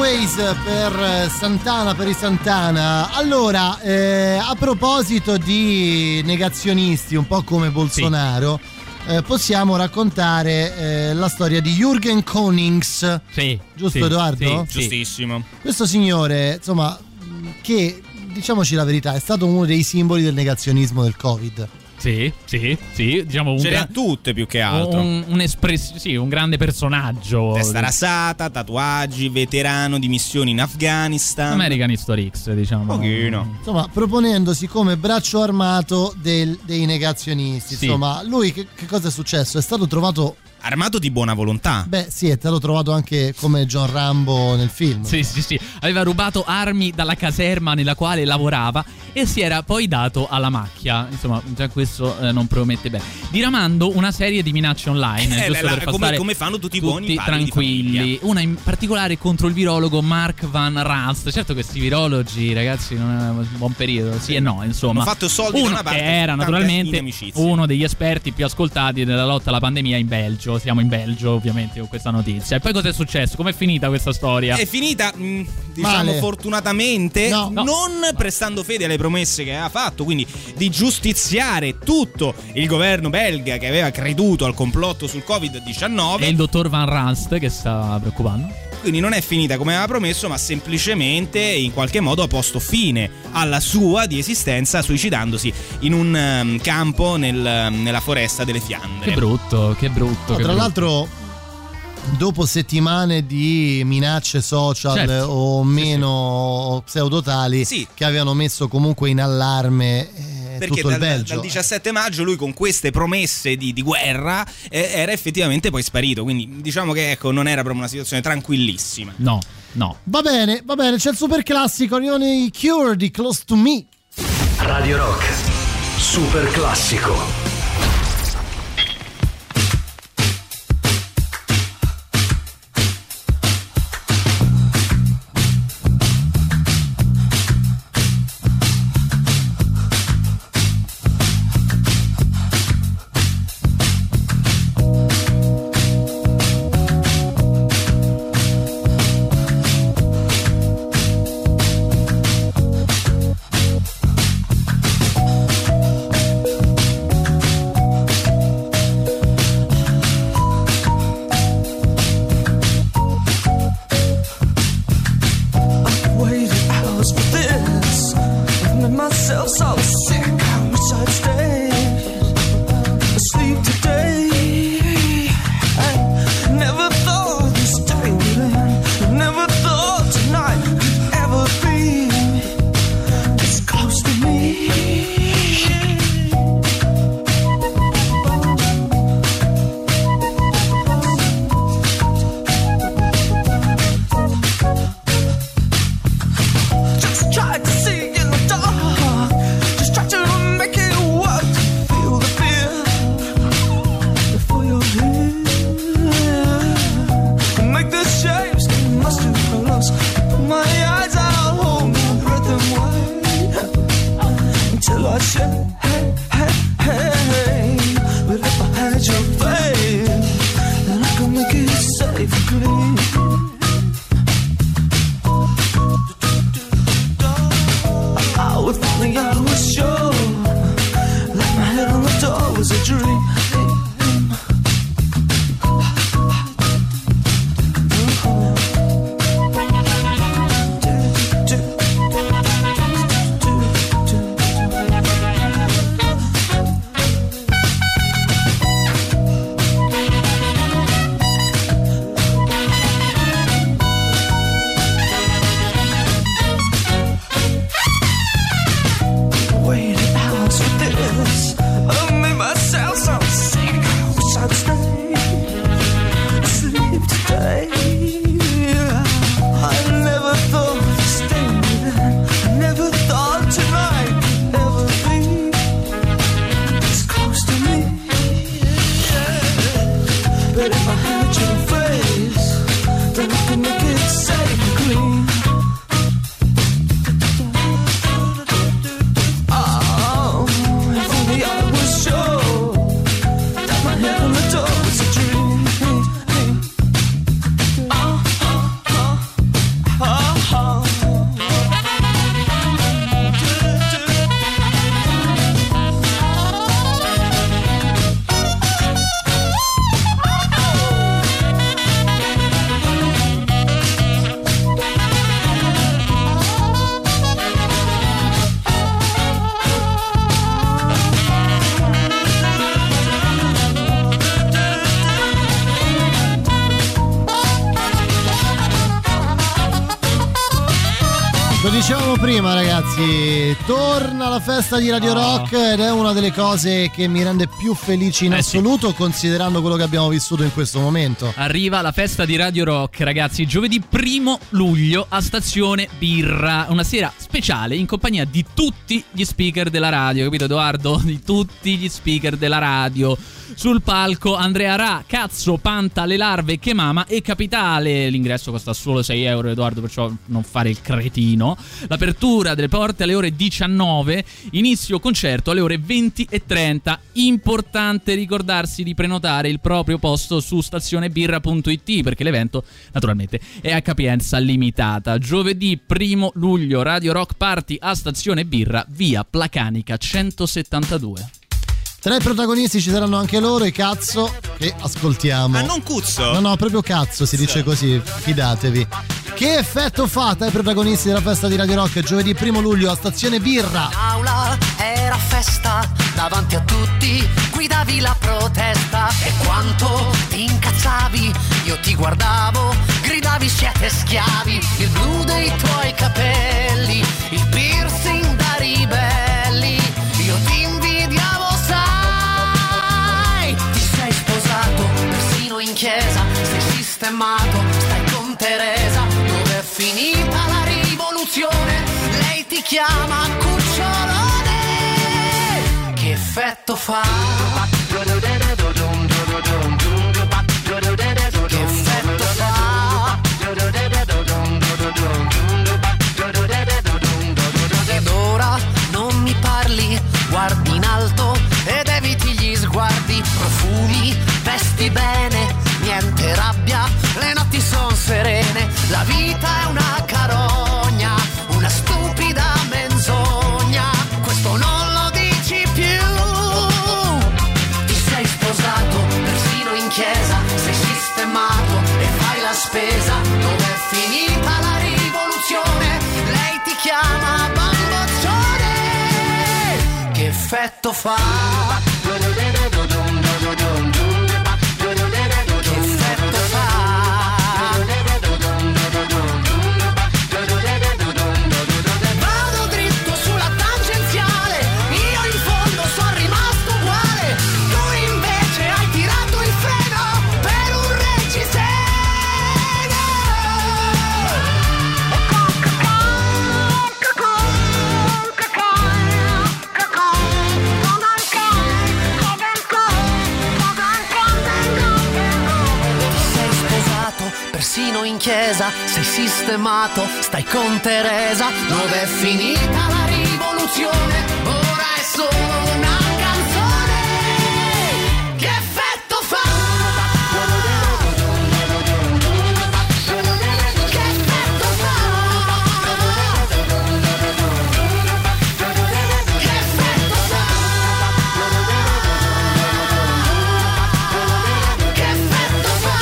Ways per Santana, per i Santana. Allora, eh, a proposito di negazionisti, un po' come Bolsonaro, sì. eh, possiamo raccontare eh, la storia di Jürgen Konings. Sì. Giusto, sì, Edoardo? Sì, giustissimo. Questo signore, insomma, che, diciamoci la verità, è stato uno dei simboli del negazionismo del Covid. Sì, sì, sì, diciamo un ce le gra- ha tutte più che altro. Un, un espress- sì, un grande personaggio. Testa rasata, tatuaggi, veterano di missioni in Afghanistan. American History X, diciamo. Pochino. Insomma, proponendosi come braccio armato del, dei negazionisti. Sì. Insomma, lui che, che cosa è successo? È stato trovato armato di buona volontà. Beh, sì, è stato trovato anche come John Rambo nel film. Sì, sì, sì. Aveva rubato armi dalla caserma nella quale lavorava e si era poi dato alla macchia. Insomma, già questo eh, non promette bene. Diramando una serie di minacce online, eh, giusto la, per far come, stare come fanno tutti i tutti buoni padri tranquilli. Una in particolare contro il virologo Mark Van Ranst. Certo, questi virologi, ragazzi, non è un buon periodo. Sì, sì e no, insomma. Hanno fatto soldi uno da una parte, che era naturalmente uno degli esperti più ascoltati nella lotta alla pandemia in Belgio. Siamo in Belgio, ovviamente, con questa notizia. E poi cosa è successo? Com'è finita questa storia? È finita, mh, diciamo, Male. fortunatamente no, no. non prestando fede alle promesse che aveva fatto, quindi di giustiziare tutto il governo belga che aveva creduto al complotto sul covid diciannove. E il dottor Van Ranst che sta preoccupando. Quindi non è finita come aveva promesso, ma semplicemente in qualche modo ha posto fine alla sua di esistenza suicidandosi in un um, campo nel, nella foresta delle Fiandre. Che brutto, che brutto. No, che tra brutto. l'altro, dopo settimane di minacce social, certo, o meno, sì, pseudotali, sì, che avevano messo comunque in allarme eh, perché tutto il dal, Belgio. dal diciassette maggio lui con queste promesse di, di guerra eh, era effettivamente poi sparito, quindi diciamo che ecco non era proprio una situazione tranquillissima. No, no. Va bene, va bene, c'è il super classico, arrivano i Cure di Close to Me. Radio Rock, super classico. Waited hours for this. I made myself sound dicevamo prima, ragazzi, torna la festa di Radio Rock ed è una delle cose che mi rende più felici in Eh assoluto, sì, considerando quello che abbiamo vissuto in questo momento. Arriva la festa di Radio Rock, ragazzi, giovedì primo luglio a Stazione Birra, una sera speciale in compagnia di tutti gli speaker della radio, capito Edoardo? Di tutti gli speaker della radio. Sul palco Andrea Ra, Cazzo, Panta, Le Larve, Che Mama e Capitale. L'ingresso costa solo sei euro, Edoardo, perciò non fare il cretino. L'apertura delle porte alle ore diciannove, inizio concerto alle ore venti e trenta. Importante ricordarsi di prenotare il proprio posto su stazionebirra punto it, perché l'evento naturalmente è a capienza limitata. Giovedì primo luglio Radio Rock Party a Stazione Birra, via Placanica centosettantadue. Tra i protagonisti ci saranno anche loro, i Cazzo, che ascoltiamo. Ma non Cuzzo? No, no, proprio Cazzo si dice così, fidatevi. Che effetto fa tra i protagonisti della festa di Radio Rock giovedì primo luglio a Stazione Birra? L'aula era festa, davanti a tutti guidavi la protesta. E quanto ti incazzavi, io ti guardavo, gridavi siete schiavi. Il blu dei tuoi capelli, il piercing da ribelli, io ti invidiavo, sai. Ti sei sposato, persino in chiesa, sei sistemato, stai con Teresa. Dove è finita la rivoluzione? Lei ti chiama cucciolone. Che effetto fa? Che effetto fa? Ed ora non mi parli, guardi in alto ed eviti gli sguardi. Profumi, vesti bene, niente rabbia, le notti son serene. La vita è una carogna, una stupida menzogna. Questo non lo dici più. Ti sei sposato, persino in chiesa, sei sistemato e fai la spesa. Dov'è finita la rivoluzione? Lei ti chiama bamboccione. Che effetto fa? Persino in chiesa sei sistemato, stai con Teresa. Dove è finita la rivoluzione? Ora è solo una canzone. Che effetto fa? Che effetto fa? Che effetto fa? Che effetto fa?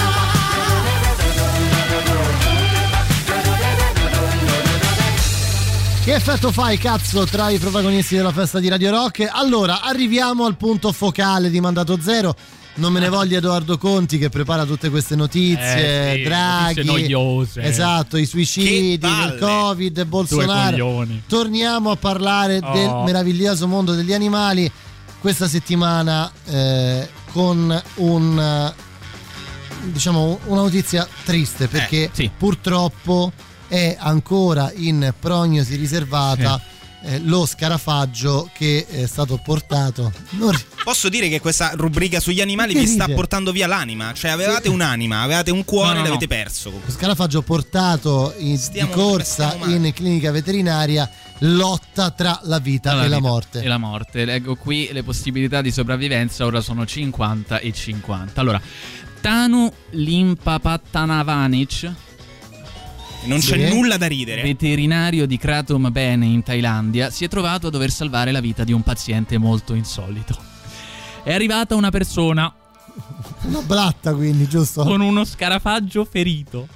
Che effetto fai, Cazzo, tra i protagonisti della festa di Radio Rock? Allora, arriviamo al punto focale di Mandato Zero. Non me ne voglia Edoardo Conti che prepara tutte queste notizie, eh, sì, Draghi, notizie noiose. Esatto, i suicidi, il Covid, Bolsonaro. Torniamo a parlare Oh. del meraviglioso mondo degli animali questa settimana eh, con un diciamo una notizia triste, perché Eh, sì. purtroppo è ancora in prognosi riservata eh, lo scarafaggio che è stato portato. Non... Posso dire che questa rubrica sugli animali Che vi sta ride? portando via l'anima? Cioè avevate Sì. un'anima, avevate un cuore, No, no, no. l'avete perso. Lo scarafaggio portato in, Stiamo- di corsa stiamo male. in clinica veterinaria, lotta tra la vita Alla e la vita morte. E la morte. Leggo qui le possibilità di sopravvivenza, ora sono cinquanta e cinquanta. Allora, Tanu Limpapattanavanic, Non c'è Sì. nulla da ridere. veterinario di Kratom Bene in Thailandia, si è trovato a dover salvare la vita di un paziente molto insolito. È arrivata una persona Una blatta, quindi, giusto? con uno scarafaggio ferito.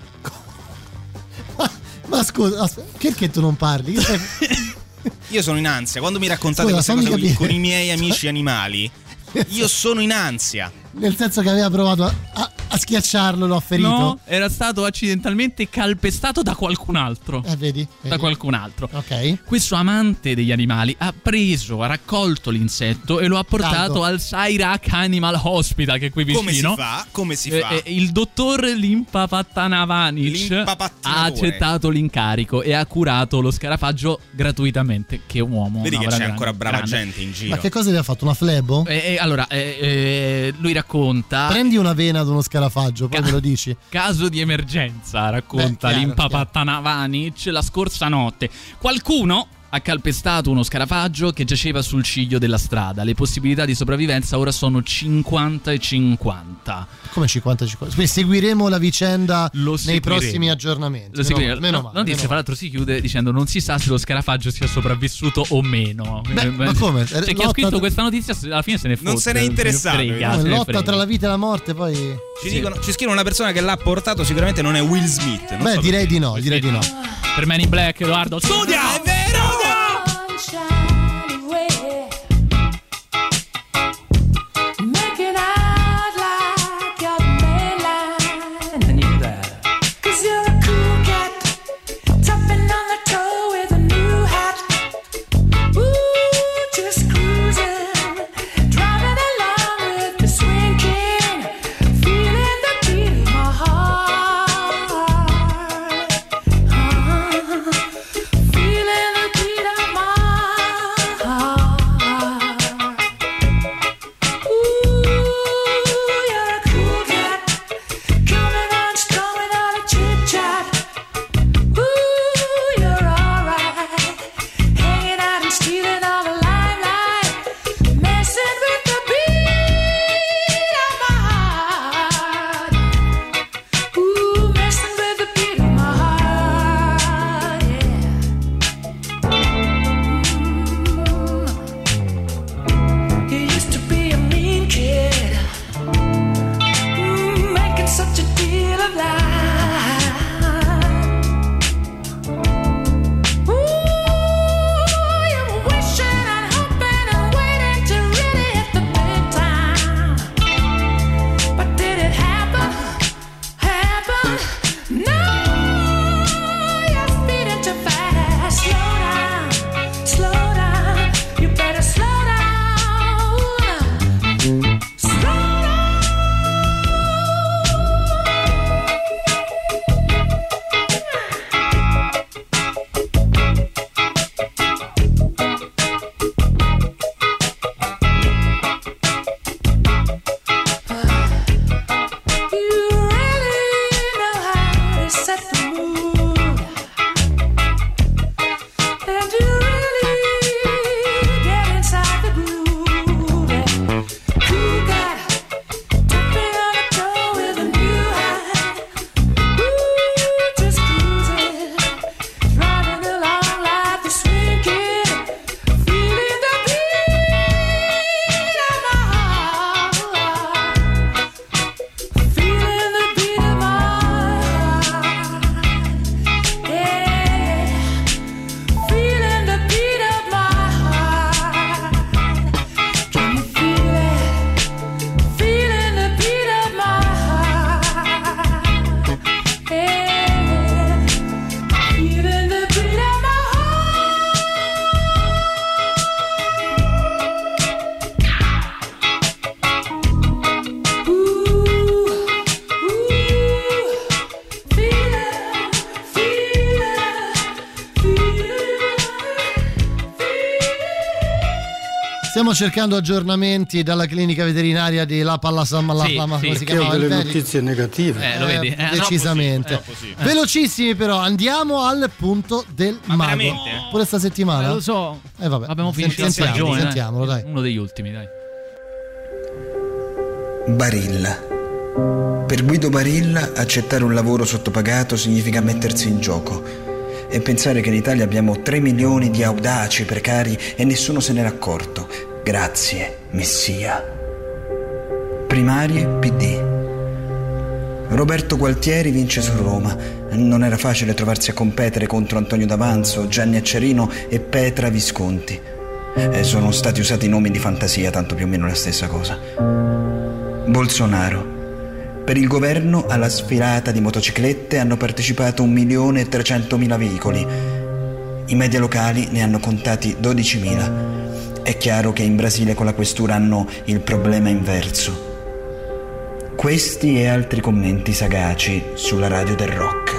Ma scusa, aspetta, perché tu non parli? Io sai- Io sono in ansia. Quando mi raccontate Scusa, queste fammi cose con, capire. con i miei amici animali, io sono in ansia. Nel senso che aveva provato a, a, a schiacciarlo, l'ho ferito. No, era stato accidentalmente calpestato da qualcun altro. Eh, vedi, vedi. Da qualcun altro. Ok. Questo amante degli animali ha preso, ha raccolto l'insetto e lo ha portato Caldo. al Sairak Animal Hospital, che è qui vicino. Come si fa? Come si fa? Eh, eh, il dottor Limpapatanavanic ha L'impapattinatore. accettato l'incarico e ha curato lo scarafaggio gratuitamente. Che uomo. Vedi una che c'è grande, ancora brava grande. gente in giro. Ma che cosa gli ha fatto? Una flebo? Eh, eh, allora, eh, eh, lui racconta. Prendi una vena ad uno scarafaggio, poi Ca- me lo dici. Caso di emergenza, racconta Beh, chiaro, Limpapatanavanic la scorsa notte. Qualcuno ha calpestato uno scarafaggio che giaceva sul ciglio della strada. Le possibilità di sopravvivenza ora sono cinquanta e cinquanta. Come cinquanta cinquanta? Quindi seguiremo la vicenda Lo nei seguiremo. prossimi aggiornamenti. Lo seguiremo. Meno, meno No, male. la notizia, meno fra l'altro, si chiude dicendo: non si sa se lo scarafaggio sia sopravvissuto o meno. Beh, ma come? Cioè, chi ha Lotta scritto tra- questa notizia alla fine se ne fotte. Non se n'è interessato, se ne frega, male. se ne Lotta frega. tra la vita e la morte, poi. Ci, dicono, ci scrivono una persona che l'ha portato, sicuramente non è Will Smith. Non Beh, so direi perché. di no, direi di no. Per Men in Black, Edoardo, studia! È vero! Making out like you're mainline. I knew that. 'Cause you're a cool cat, tapping on the toe with a new hat. Ooh, just cruising, driving along with the swing king, feeling the beat of my heart. Uh, feeling the beat of my heart. Ooh, you're a cool cat, coming on strong without a chit chat. Ooh, you're alright, hanging out and stealing all the limelight, messing with the beat of my heart. Ooh, messing with the beat of my heart, yeah. You used to be a mean kid, mm, making such a deal of life. Ooh, you were wishing and hoping and waiting to really hit the big time. But did it happen? Happen? No, you're speeding too fast. Slow down, slow down. You better slow down. Slow down. You really know how to set the mood, and you really get inside the groove. Cool cat, tapping on the toe with a new hat. Ooh, just cruising, driving along like the swing kid, feeling the beat of my heart. Feeling the beat of my heart, yeah. Feeling the beat of my heart. Can you feel it? Feeling the beat of my heart, yeah. Feeling the beat of my heart. Ooh, ooh, feel it, feel it, feel it. Stiamo cercando aggiornamenti dalla clinica veterinaria di La Pallasama, la Sì, Palma, sì. come si Che ho chiama? delle Il Veneto? notizie negative. Eh, lo vedi? Eh, decisamente. troppo sì, eh, troppo sì. Velocissimi però, andiamo al punto del mago. veramente? Pure sta settimana? Eh, lo so. Eh vabbè. Abbiamo Senti- finito la sentiamo, stagione. dai. Sentiamolo, dai. Uno degli ultimi, dai. Barilla. Per Guido Barilla accettare un lavoro sottopagato significa mettersi in gioco e pensare che in Italia abbiamo tre milioni di audaci precari e nessuno se n'era accorto. Grazie, Messia. Primarie P D. Roberto Gualtieri vince su Roma. Non era facile trovarsi a competere contro Antonio D'Avanzo, Gianni Accerino e Petra Visconti. Eh, sono stati usati nomi di fantasia, tanto più o meno la stessa cosa. Bolsonaro. Per il governo alla sfilata di motociclette hanno partecipato un milione e trecentomila veicoli. I media locali ne hanno contati dodicimila. È chiaro che in Brasile con la questura hanno il problema inverso. Questi e altri commenti sagaci sulla radio del rock.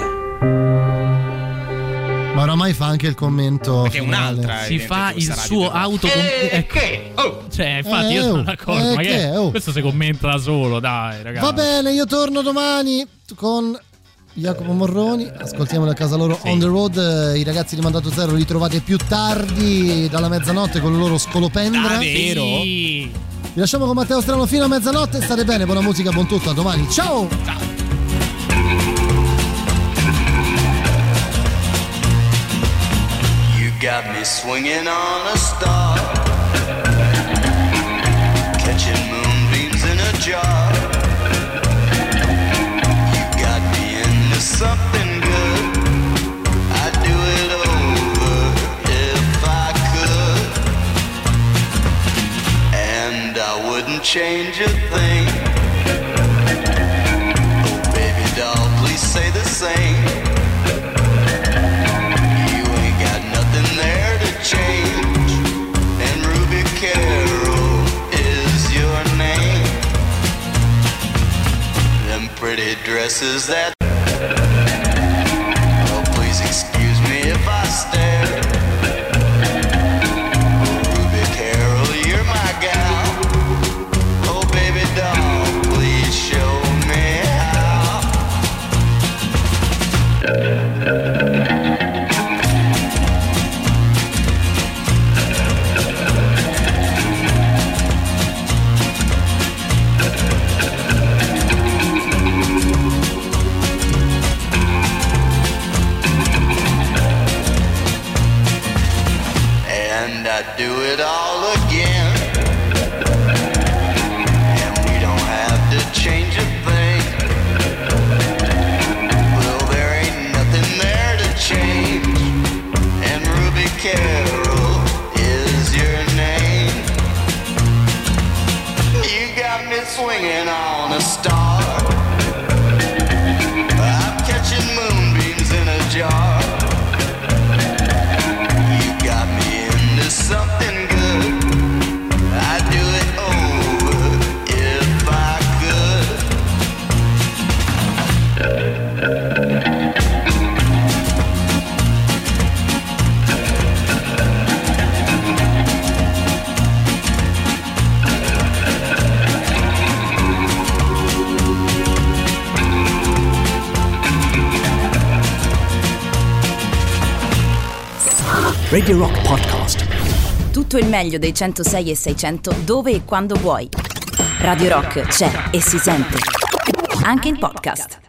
Ma oramai fa anche il commento Perché è finale. un'altra, Si fa il suo auto Eh, che? Oh. Cioè, infatti Eh, io sono oh, d'accordo, eh, ma che che? è? Oh. Questo si commenta da solo, dai, ragazzi. Va bene, io torno domani con Jacopo Morroni. Ascoltiamo da casa loro Sì. On The Road. I ragazzi di Mandato Zero li trovate più tardi, dalla mezzanotte, con il loro scolopendra. Ah, vero? Sì. Vi lasciamo con Matteo Strano fino a mezzanotte. State bene, buona musica, buon tutto, a domani. Ciao! Ciao. You got me swinging on a star, catching moonbeams in a jar. You got me into something good. I'd do it over if I could, and I wouldn't change a thing. Oh baby doll, please say the same. There to change, and Ruby Carroll is your name. Them pretty dresses that. Oh, please excuse me if I stare. Oh, Ruby Carroll, you're my gal. Oh, baby doll, please show me how. And I do it all again, and we don't have to change a thing. Well, there ain't nothing there to change, and Ruby Carroll is your name. You got me swinging on a star, I'm catching moonbeams in a jar. Something good, I'd do it over if I Radio Rock Podcast. Tutto il meglio dei centosei e seicento dove e quando vuoi. Radio Rock c'è e si sente. Anche in podcast.